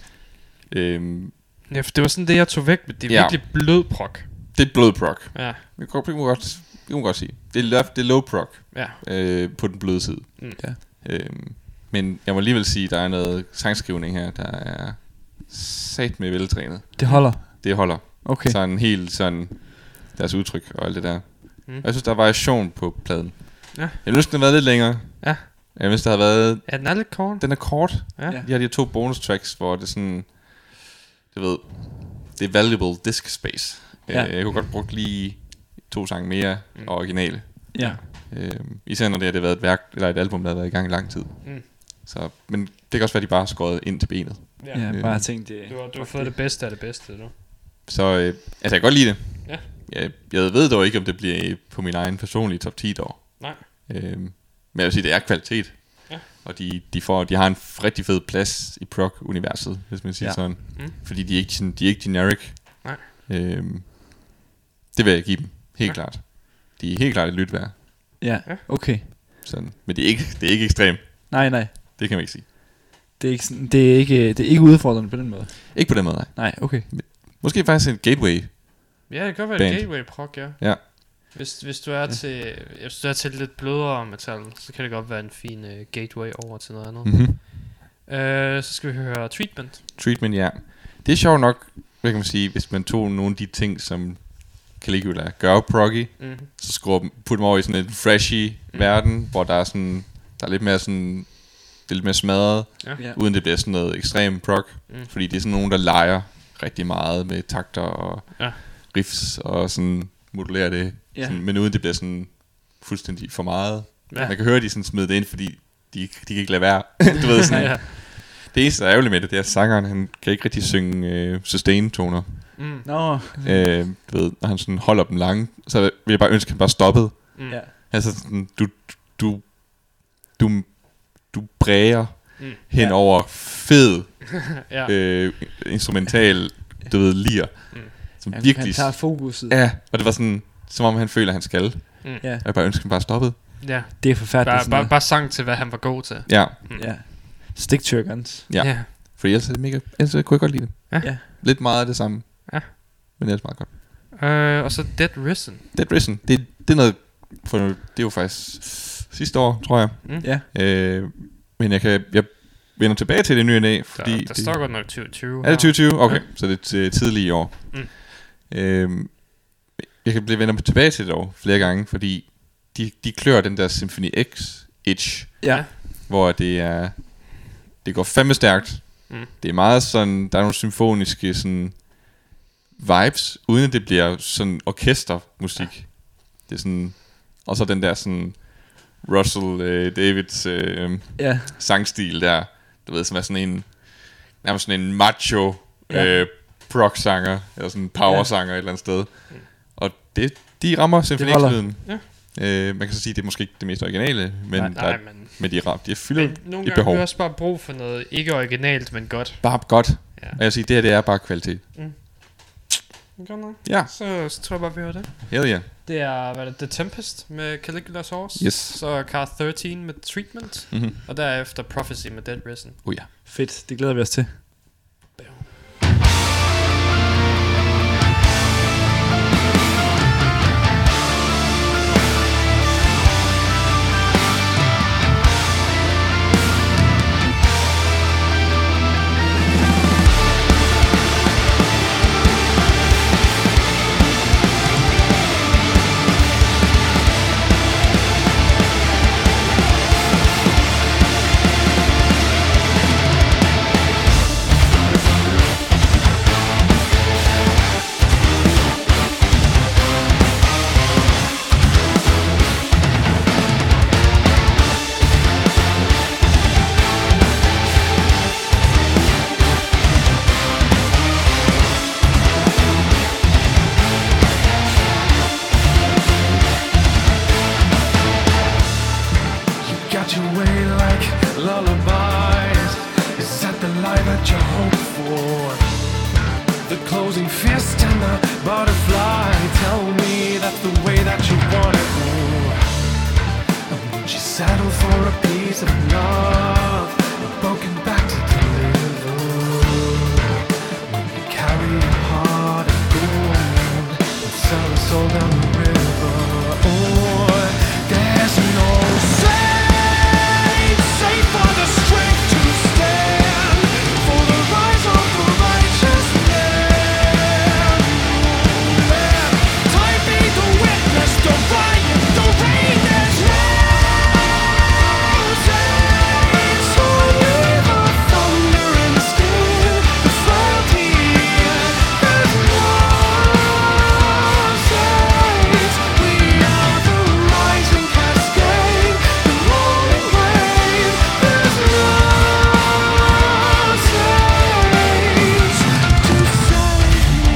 Øhm, Ja, for det var sådan det, jeg tog væk. Det er Ja. virkelig blød prog. det er blød prog. Ja. Det kan man godt, det kan man godt sige. Det er, low, det er low prog Ja. øh, på den bløde side. Mm. Ja. Øhm, men jeg må alligevel sige, at der er noget sangskrivning her, der er sat med veltrænet. Det holder. Det holder. Okay. Sådan helt sådan deres udtryk og alt det der. Mm. Og jeg synes, der er variation på pladen. Ja. Jeg ville ønske, den havde været lidt længere. Ja. Jeg synes, der har været... Ja, den er lidt kort. Den er kort. Ja. Ja. De har de her to bonus tracks, hvor det er sådan... Du ved... Det er valuable disk space. Ja. Øh, jeg kunne godt bruge lige to sange mere Mm. mm. originale. Ja. Øhm, især når det har det været et værk, eller et album, der har været i gang i lang tid. Mm. Så, men det kan også være, at de bare har skåret ind til benet. Ja. Ja, Øh, bare tænkt det. Du har, du har fået det bedste af det bedste, du. Så øh, altså, jeg kan godt lide det. Ja. Jeg, jeg ved dog ikke, om det bliver på min egen personlige top ti dog. Nej. Øhm, men jeg vil sige, det er kvalitet. Ja. Og de, de, får, de har en rigtig fed plads i prog-universet, hvis man siger Ja. sådan. Mm. Fordi de er ikke, sådan, de er ikke generic. Nej. Øhm, det vil jeg give dem, helt Ja. klart. De er helt klart et lyt værd. Ja, Ja. okay. Sådan. Men det er ikke, det er ikke ekstremt. Nej, nej. Det kan man ikke sige. Det er ikke, sådan, det er ikke, det er ikke udfordrende på den måde. Ikke på den måde, nej. Nej, okay. Måske faktisk en gateway. Ja, det kan godt være Band. et gateway prog, ja. Ja. Hvis, hvis, du er til, hvis du er til lidt blødere metal, så kan det godt være en fin uh, gateway over til noget andet. Mm-hmm. Uh, så skal vi høre Treatment. Treatment, ja. Det er sjovt nok, hvad kan man sige, hvis man tog nogle af de ting, som Caligula gør proggy, Mm. så skruer dem, putter dem over i sådan en freshy Mm. verden, hvor der er sådan, der er lidt mere sådan, det er lidt mere smadret, Ja. Ja. uden det bliver sådan noget ekstrem prog, Mm. fordi det er sådan nogen, der leger rigtig meget med takter og Ja. riffs og sådan modulerer det, Ja. sådan, men uden det bliver sådan fuldstændig for meget. Ja. Man kan høre, at de sådan smider det ind, fordi de, de kan ikke lade være. Du ved sådan. Ja. Det eneste, der er ærgerligt med det, det er, at sangeren, han kan ikke rigtig synge øh, sustain-toner. Mm. Nå. Øh, du ved, når han sådan holder dem lange, så vil jeg bare ønske, at han bare stoppede. Mm. Ja. Altså sådan, du, du, du, du bræger Mm. hen Ja. over fed Ja. øh, instrumental, du ved, lir. Mm. Som Ja, virkelig... han tager fokuset. Ja, og det var sådan, som om han føler, at han skal. Ja. Og jeg bare ønsker, at han bare stoppede. Ja. Det er forfærdeligt. Bare, sådan bare, noget. bare sang til, hvad han var god til. Ja, Ja. Stick to your guns. Ja. Ja. for ellers er det mega... Ellers kunne jeg godt lide det. Ja. Ja. Lidt meget af det samme. Ja. Men ellers meget godt. Uh, og så Dead Risen. Dead Risen, det, det er noget... For, det er jo faktisk sidste år, tror jeg. Mm. Øh, Ja. men Men jeg kan jeg vender tilbage til det nye næ, fordi Der, der det, står godt nok tyve tyve. er det tyve tyve? Okay, Ja. så det er tidligt i år. Mm. Øhm, jeg kan blive vende tilbage til det dog flere gange, fordi de, de klør den der Symphony X itch, Ja. hvor det er det går fandme stærkt. Mm. Det er meget sådan, der er nogle symfoniske sådan vibes, uden at det bliver sådan orkestermusik. Ja. Det er sådan, og så den der sådan Russell øh, Davids øh, Ja. sangstil der, du ved, som er sådan en nærmest sådan en macho Ja. øh, prog-sanger, eller sådan en power-sanger et eller andet sted. Mm. Og det, de rammer symfonikkelyden. Ja. Øh, man kan så sige, det er måske ikke det mest originale, men, Nej, der, nej, men, men de, ram, de fylder men nogle et gange behov. har vi også bare brug for noget ikke originalt, men godt. Bare godt. Ja. Og jeg siger, det her, det er bare kvalitet. Godt nok. Ja, Så, så tror jeg bare, vi hører det. hell yeah. Det er, hvad er det, The Tempest med Caligula's Horse. Yes. Så Car tretten med Treatment. Mm-hmm. Og derefter Prophecy med Dead Risen. Oh ja. Fedt, det glæder vi os til. Got your way like lullabies. Is that the life that you hope for? The closing fist and the butterfly tell me that's the way that you want it. And would you settle for a piece of love, a broken back to deliver? When you carry your heart of gold and sell a soul down the river. Oh, there's no safe, safe for the strength to stand, for the rise of the righteous man. Time be the witness, the riot, the rain, there's no saints who live on thunder and steel, the frailty, there's no saints. We are the rising cascade, the rolling wave, there's no saints to save me.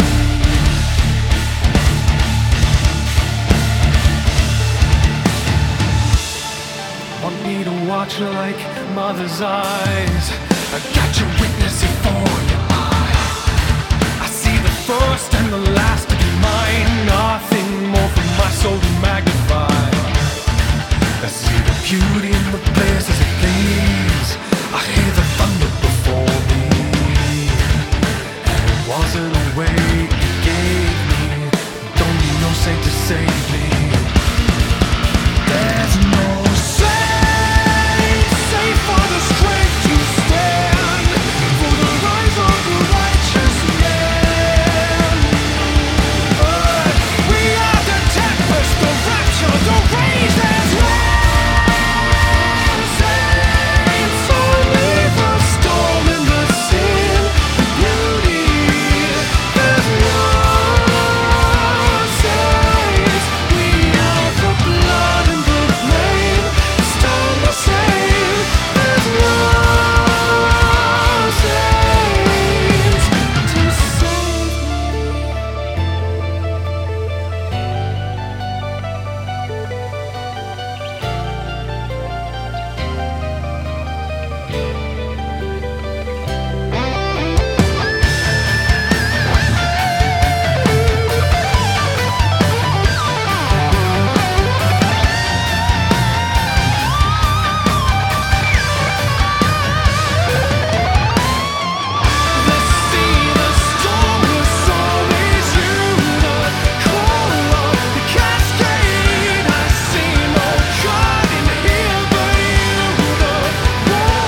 Want me to watch like mother's eyes? I got your witness before your eyes. I see the first and the last to be mine. Nothing more for my soul to magnify. I see the beauty in the place as it leaves. I hear the thunder before me. And it wasn't a way you gave me. Don't need no saint to save me. There's no saint, safe for the strength to stand, for the rise of the righteous man. But we are the tempest, the rapture, the rays. There's no saints who leave the storm and the sin, the beauty. There's no saints. We are the blood and the flame, the stone the same. There's no saints to save me. The sea, the storm was always you. The call of the cascade. I see no God in here but you. The war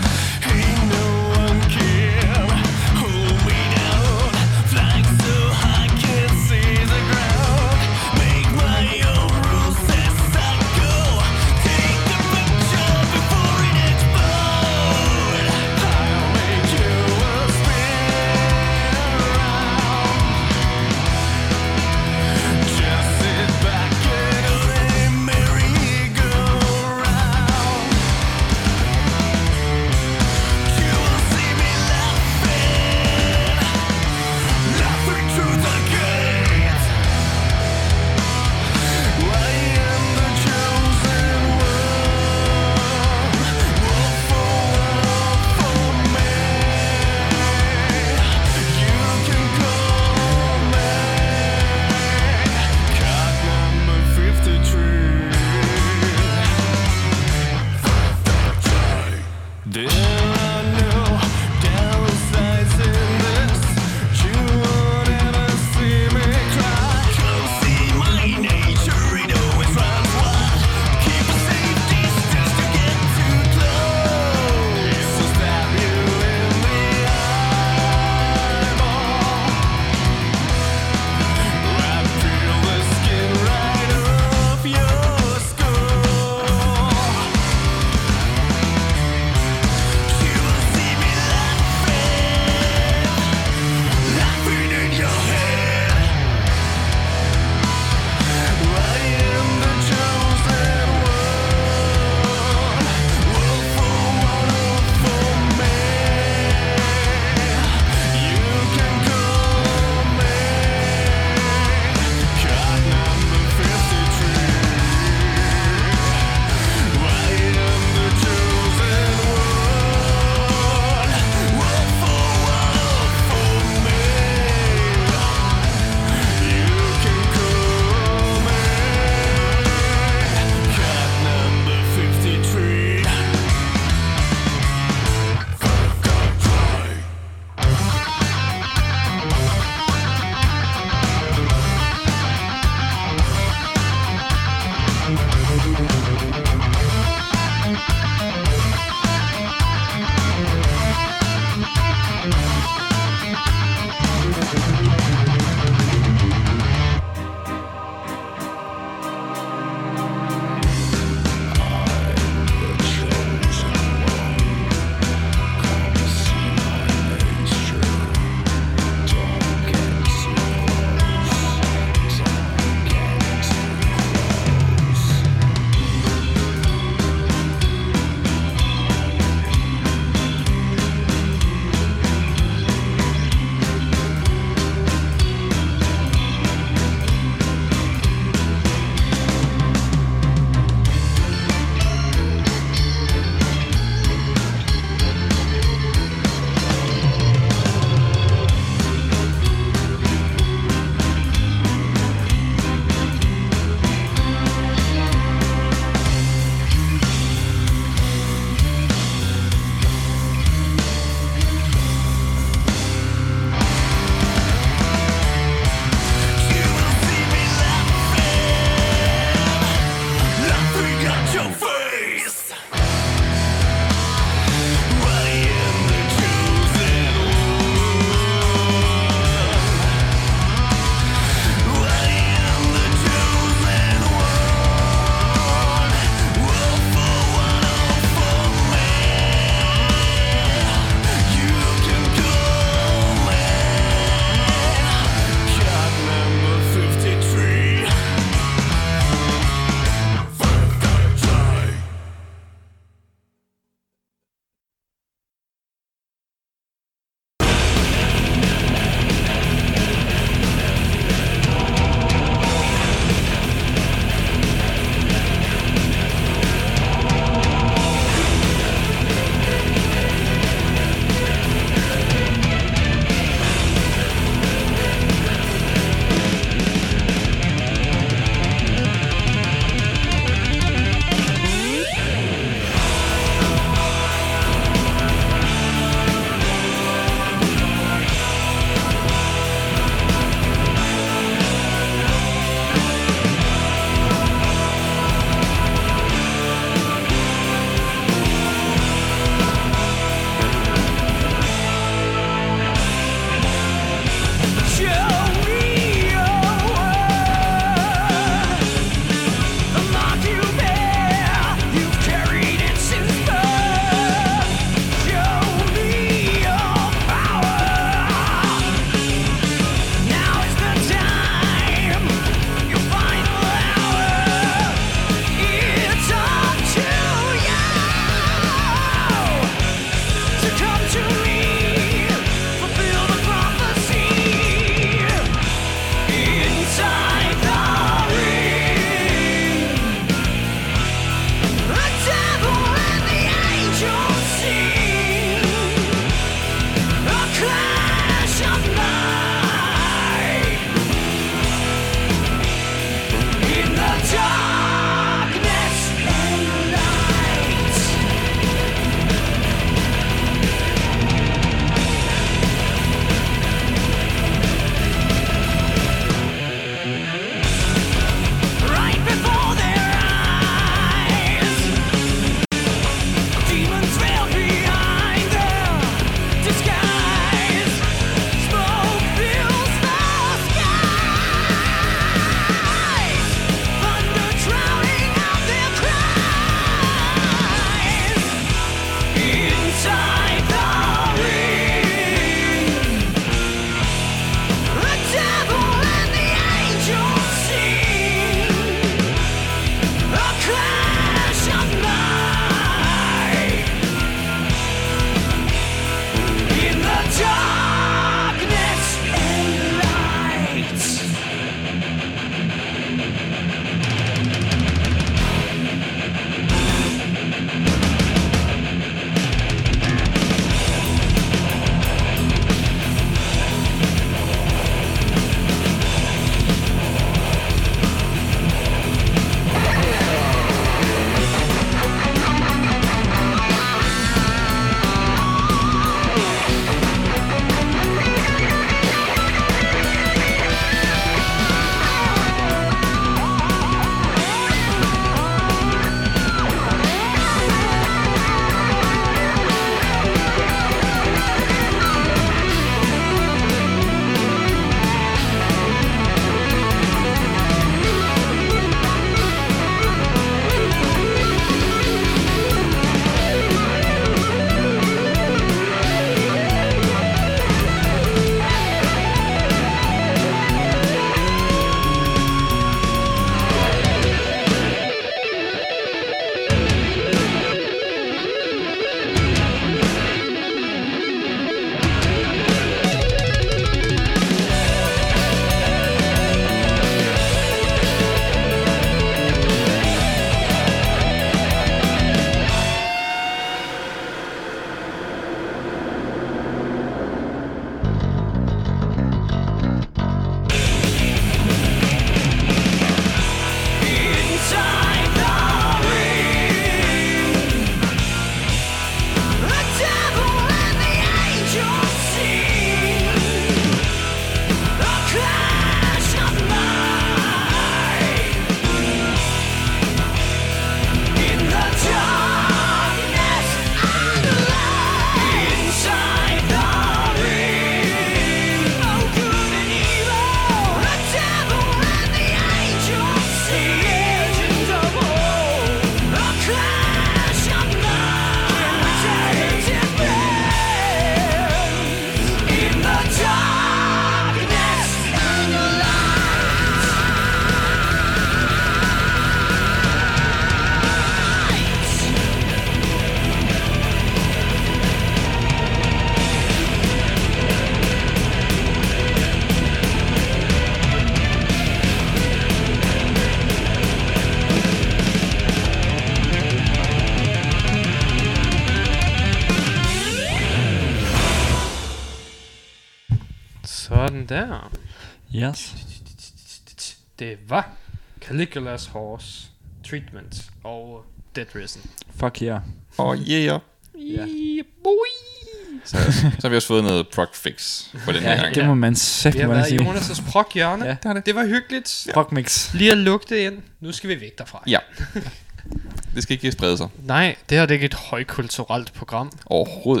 Sådan der. Yes. Det var Caligula's Horse, Treatment og Dead Risen. Fuck yeah. Og oh, yeah. Ja. Yeah, boy. Så, så har vi også fået noget proc fix på den her Ja, gang. det må man sætte Vi har mig været i sige. Jonas' prog-hjørne. Ja. Det, det. det var hyggeligt. Fuck mix. Lige at lugte ind. Nu skal vi væk derfra. Ja. Det skal ikke sprede sig. Nej, det her det er ikke et højkulturelt program. Overhovedet.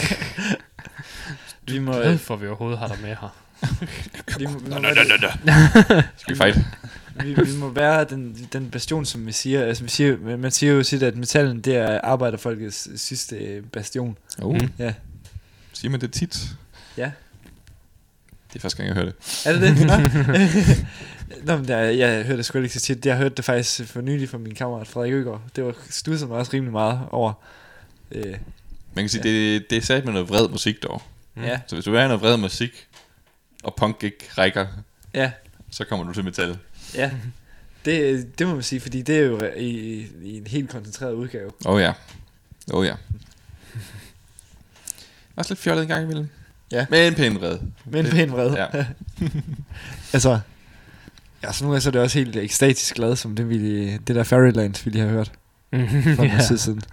Vi må, Hvad for vi overhovedet har dig med her? vi må, vi må, Nå, nå, nå, nå. Skal vi fight? vi, vi må være den, den bastion, som vi siger. Altså, vi siger, man siger jo sit, at metallen, det er arbejderfolkets sidste øh, bastion. Oh. Mm. Ja. Siger man det tit? Ja. Det er første gang, jeg hører det. Er det det? Nå, men der, jeg hørte det sgu ikke så tit. Jeg hørte det faktisk for nylig fra min kammerat Frederik Øgaard. Det var studset mig også rimelig meget over. Øh, Man kan sige, Ja. det, det er sat med noget vred musik dog. Mm. Ja, Så hvis du er noget vred musik, og punk ikke rækker, ja, så kommer du til metal. ja. Det, det må man sige, fordi det er jo i, i en helt koncentreret udgave. Åh oh, ja. Åh oh, ja. Også lidt fjollet en gang imellem. Ja. Men en pæn vred. Men pæn vred. Ja. Altså, ja, så nu er så er det også helt ekstatisk glad, som det, vi, det der Fairyland, vi lige har hørt for en tid siden.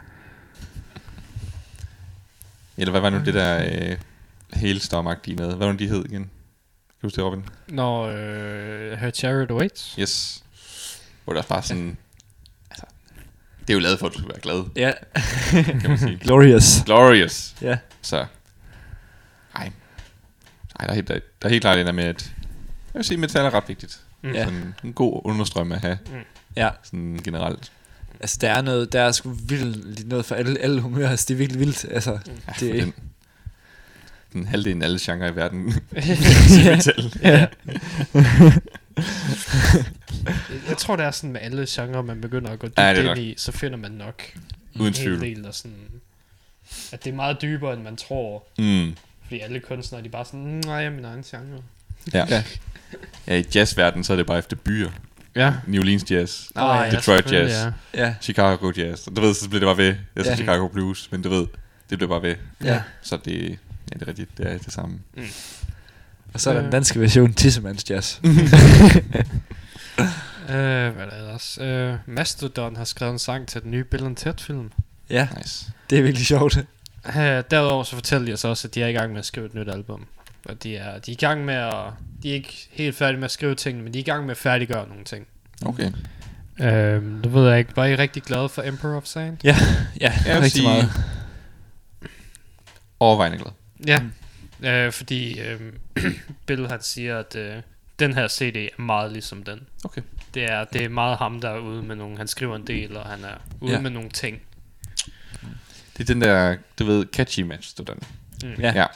Eller hvad var nu det der øh, helstormagtige noget? Hvad var nu de hed igen? Kan du huske det, Robin? Når øh, Her Chariot Awaits. Yes. Hvor der er bare sådan... Altså, det er jo lavet for, at du skal være glad, Ja, kan man sige. glorious. Glorious. Ja, Så... Ej. Ej, der er helt, der, der er helt klart det der med, at... Jeg vil sige, metal er ret vigtigt. Mm. Ja. Sådan en god understrøm at have, ja. sådan generelt. Altså, der er noget, der er sgu vildt noget for alle, alle humører. Altså, det er virkelig vildt. Altså, Ja, det det er den, den halvdelen af alle genrer i verden. ja. metal. Ja. Jeg tror det er sådan med alle genrer man begynder at gå dybt Ja, det er ind nok. i, så finder man nok Uden en tvivl. hel del der sådan, at det er meget dybere end man tror. Mm. Fordi alle kunstnere de er bare sådan, "Mm, nej, jeg er min egen genre." Ja. Ja. Ja, i jazzverdenen, så er det bare efter byer. Ja. New Orleans jazz, Nå, ja, Detroit selvfølgelig, jazz. ja. Ja, Chicago jazz. Og du ved, så bliver det bare ved. Jeg synes Ja. Chicago blues, men du ved, det bliver bare ved. ja. Så det, ja, det er rigtigt, det er det samme. Og så er der den danske version, Tissemands Jazz. Øh, hvad er der ellers? Øh, Mastodon har skrevet en sang til den nye Bill and Ted film. Ja, Nice. det er virkelig sjovt. Øh, derudover så fortæller de os også, at de er i gang med at skrive et nyt album. Og de er, de er i gang med at, de er ikke helt færdige med at skrive tingene, men de er i gang med at færdiggøre nogle ting. Okay. Øh, nu ved jeg ikke, var I rigtig glade for Emperor of Sand? Ja, ja, Jeg vil rigtig sige, meget. overvejende glad. Ja, øh, fordi øh, Bill han siger, at øh, den her C D er meget ligesom den. Okay. Det er, det er meget ham, der er ude med nogle, han skriver en del, og han er ude Ja. med nogle ting. Det er den der, du ved, catchy match, du den. Mm. Ja. Ja.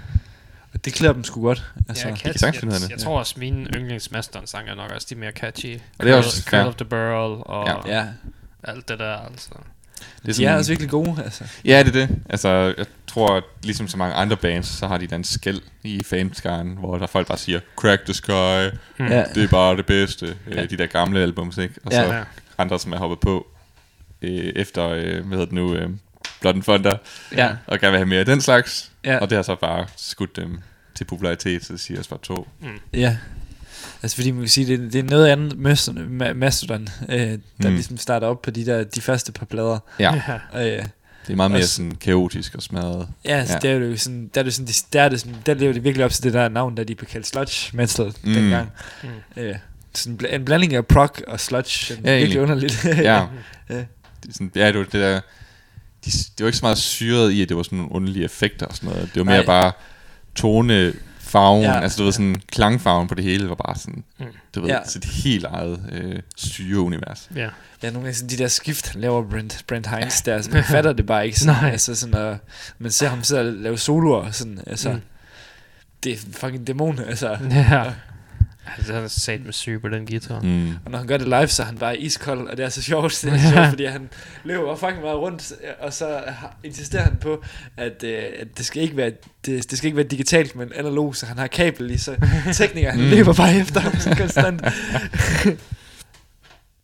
Og det klæder dem sgu godt. Altså, Ja, kan catchy. sagtens finde ud af Jeg, det. jeg tror også, mine yndlingsmasteren-sange er nok også de mere catchy. Og det er også Curl, fair. Curl of the Burl og Ja. ja, alt det der, altså. Det de er også virkelig gode. Altså. Ja, det er det. Altså, jeg tror, at ligesom så mange andre bands, så har de den skæld i fanskaren, hvor der folk bare siger, Crack the Sky, Hmm. Ja. det er bare det bedste. Ja. Ja. De der gamle albums, ikke? Og Ja. så Ja. andre, som er hoppet på øh, efter, øh, hvad hedder det nu, øh, Blood and Thunder, Ja. og gerne vil have mere af den slags. Ja. Og det har så bare skudt dem til popularitet, så det siger også bare to. Ja. Altså fordi man kan sige, det, det er noget andet Mastodon, Ma- Mastodon øh, der Mm. ligesom starter op på de der de første par plader. Ja, Ja. Øh, det er meget mere Også- sådan kaotisk og smadret. ja, altså, Ja. ja. Der er det jo sådan, der er det sådan, de- der er det sådan, der lever det virkelig op til det der navn, der de blev kaldt sludge metal Mm. mm. dengang. Mm. Øh, sådan bl- en blanding af prog og sludge, ja, virkelig egentlig. underligt. Ja. Ja. Det er sådan, ja, det var det der... De, det var ikke så meget syret i, at det var sådan nogle underlige effekter og sådan noget. Det var mere Nej. bare tone, farven, Ja. ja. altså du ved sådan klangfarven på det hele var bare sådan, Mm. du ved, Ja. ja. sit helt eget øh, syreunivers. Ja. Ja, nogle gange sådan de der skift, han laver Brent, Brent Hines der, altså, man fatter det bare ikke sådan, Nej. altså sådan, og man ser ham sidde og lave soloer, og sådan, altså, Mm. mm. det er fucking dæmon, altså, Ja. Altså, han er sat med syg på den guitar. Mm. og når han gør det live, så er han bare iskold, og det er så sjovt, det er så sjovt, fordi han løber fucking meget rundt, og så har- insisterer han på, at, øh, at det skal ikke være, det, det skal ikke være digitalt, men analog, så han har kabel i, så teknikeren Mm. løber bare efter ham så konstant.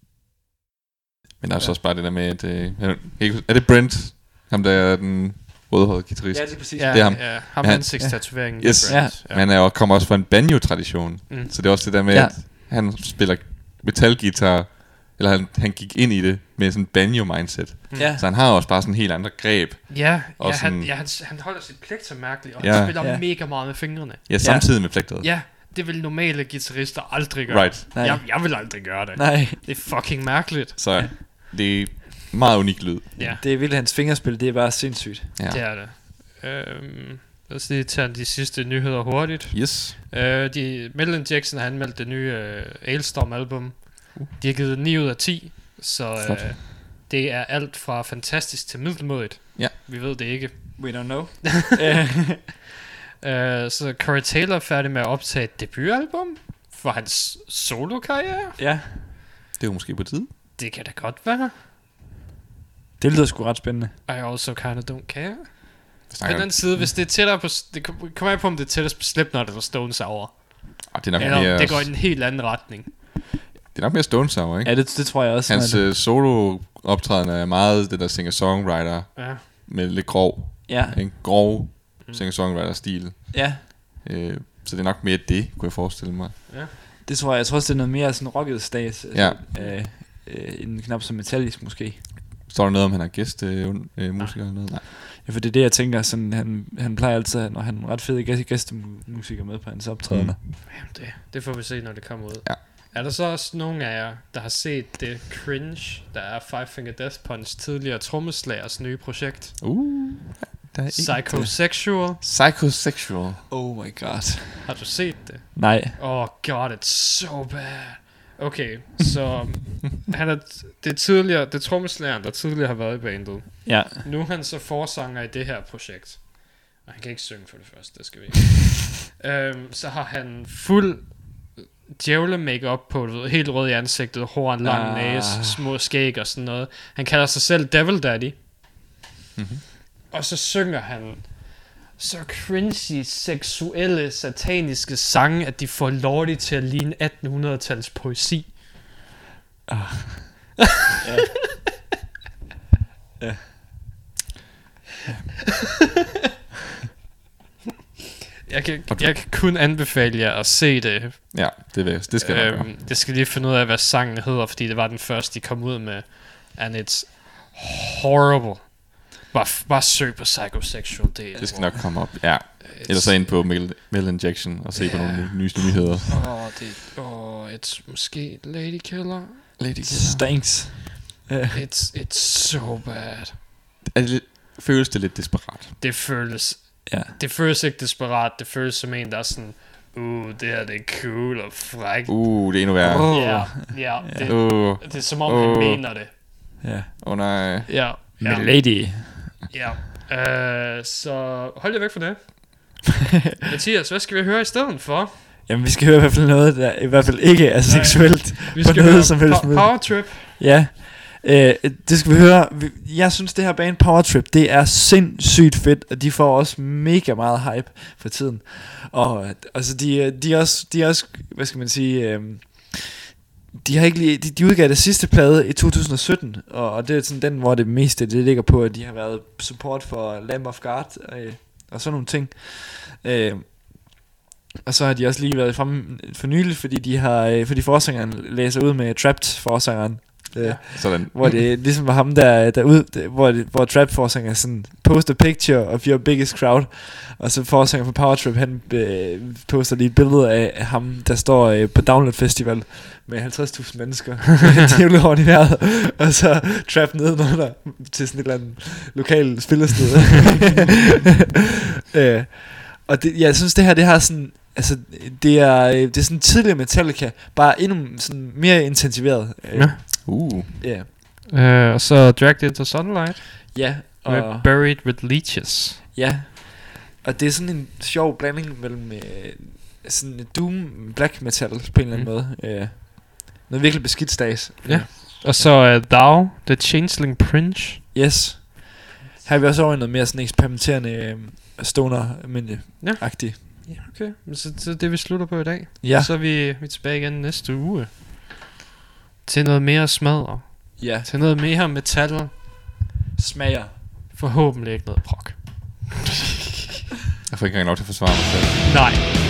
Men der er så også bare det der med, at... Øh, er det- er det Brent? Ham der er den rødhåret guitarist. Ja, det er præcis. Ja, Det er ham. Ja, ham Han- med ansigtstatoveringen. Yes. Ja. Ja. Men han er jo, kommer også fra en banjo-tradition. Mm. Så det er også det der med, Ja. at han spiller metalguitar, eller han, han gik ind i det med sådan en banjo-mindset. Ja. Så han har også bare sådan helt andre greb. Ja, Og ja, han, sådan- ja han, han holder sit plekter mærkeligt, og Ja. han spiller Ja. mega meget med fingrene. Ja, samtidig med plektret. Ja, det vil normale guitarister aldrig gøre. Right. Nej. Jeg, jeg vil aldrig gøre det. Nej, Det er fucking mærkeligt. Så det er meget unik lyd. Ja, det er vildt, hans fingerspil, det er bare sindssygt. Ja. det er det. Øhm, lad os lige tage de sidste nyheder hurtigt. Yes. Øh, de, Marilyn Jackson har anmeldt det nye øh, Ailstorm album. De har givet ni ud af ti, så Flot. øh, det er alt fra fantastisk til middelmådigt. Ja. Vi ved det ikke. We don't know. Øh, så Corey Taylor er færdig med at optage et debutalbum for hans solo-karriere. Ja, Det er jo måske på tide. Det kan da godt være. det lyder sgu ret spændende. I also kind of don't care. Vi På snakker, den anden side, hvis det er tættere på... Det kom- kommer an på, om det er tættest på Slipknot eller Stone Sour. ah, det er nok Eller mere, det går i en helt anden retning. det er nok mere Stone Sour, ikke? Ja, det, det tror jeg også. Hans når det- øh, solo-optræden er meget det der singer-songwriter Ja. med lidt grov, Ja, en grov singer-songwriter-stil. ja, Øh, så det er nok mere det, kunne jeg forestille mig. det tror jeg. Jeg tror også, det er noget mere sådan rocket stas. Ja. Øh, øh, en knap så metallisk måske. Står der noget om, han er gæst øh, un- øh, musiker eller noget? Nej. Ja, for det er det, jeg tænker. Sådan, han, han plejer altid, når han er ret fed gæst- gæstemusiker med på hans optrædener. Mm. Jamen, det, det får vi se, når det kommer ud. Ja. Er der så også nogen af jer, der har set det cringe, der er Five Finger Death Punch tidligere trommeslagers nye projekt? Uh, der er Psychosexual. Psychosexual. Oh my god. Har du set det? Nej. Oh god, it's so bad. Okay, så han er, det er tidligere, det er trommeslageren, der tidligere har været i bandet. Ja. Nu er han så forsanger i det her projekt. Og han kan ikke synge for det første, det skal vi ikke. øhm, så har han fuld djævle makeup på, du ved, helt rød i ansigtet, horn, lang Ah. næse, små skæg og sådan noget. Han kalder sig selv Devil Daddy. Mhm. Og så synger han så cringy, seksuelle, sataniske sange, at de får lortigt til at ligne attenhundrede-tals poesi. Ja. Ja. Jeg kan, jeg kan kun anbefale jer at se det. Ja, det, vil, det skal jeg nok gøre. Øhm, jeg skal lige finde ud af, hvad sangen hedder, fordi det var den første, de kom ud med. And it's horrible. Bare, bare søg på Psychosexual. Det, Det skal nok komme op. Ja. Eller så ind på Metal, Metal Injection og se på Ja. nogle nyeste nyheder. Åh, oh, det Åh, oh, it's måske Lady Killer. Lady Stinks. Ja. It's, it's so bad. Er det lidt, føles det lidt desperat? Det føles... Ja. Det føles ikke desperat. Det føles som en, der er sådan... Uh, det her det er cool og frækt. Uh, det er endnu værre. Åh. Ja, ja. Det, Uh, det er som om, Åh. han mener det. Ja. oh nej. Ja. Ja. Milady. Ja. Uh, så hold jer væk fra det. Mathias, hvad skal vi høre i stedet for? Jamen, vi skal høre i hvert fald noget, der i hvert fald ikke er seksuelt. Vi På skal noget høre som helst po- måde. Power Trip. Ja. Øh, det skal vi høre. Vi- Jeg synes, det her band Power Trip, det er sindssygt fedt, og de får også mega meget hype for tiden. Og altså, de, de, er også, de er også, hvad skal man sige... Øh, de har ikke lige, de, de udgav det sidste plade i to tusind og sytten, og, og det er sådan den, hvor det meste det ligger på, at de har været support for Lamb of God øh, og sådan nogle ting. Øh, og så har de også lige været fremme for nyligt, fordi de har, øh, fordi forsangeren læser ud med Trapped forsangeren. Øh, Ja. Sådan. hvor det ligesom var ham der, der ud, der, hvor, det, hvor Trap forsanger sådan, post a picture of your biggest crowd, og så forsanger på Power Trip, han øh, poster lige et billede af, af ham, der står øh, på Download Festival med halvtreds tusind mennesker, djævle hårdt i vejret, og så Trap nedenunder til sådan et eller andet lokal spillersted. øh, og det, jeg synes det her, det har sådan, altså det er, øh, det er sådan tidligere Metallica, bare endnu sådan mere intensiveret. Øh, Ja. Uh. ja. Uh, og så Dragged Into Sunlight. Ja, og Med Buried With Leeches. ja, og det er sådan en sjov blanding mellem øh, sådan doom black metal på en eller anden Mm. måde. Øh, noget virkelig beskidt stads. Ja. Og så uh, Thou, The Changeling Prince. Yes. Her er vi også over i noget mere sådan eksperimenterende øh, stoner men Ja. agtigt. Ja, okay. Så, så det vi slutter på i dag. Ja. Og så er vi, vi er tilbage igen næste uge. Til noget mere smadre. Ja. Til noget mere metal. Smager. Forhåbentlig ikke noget prok. får ikke engang lov til at forsvare mig selv. Nej.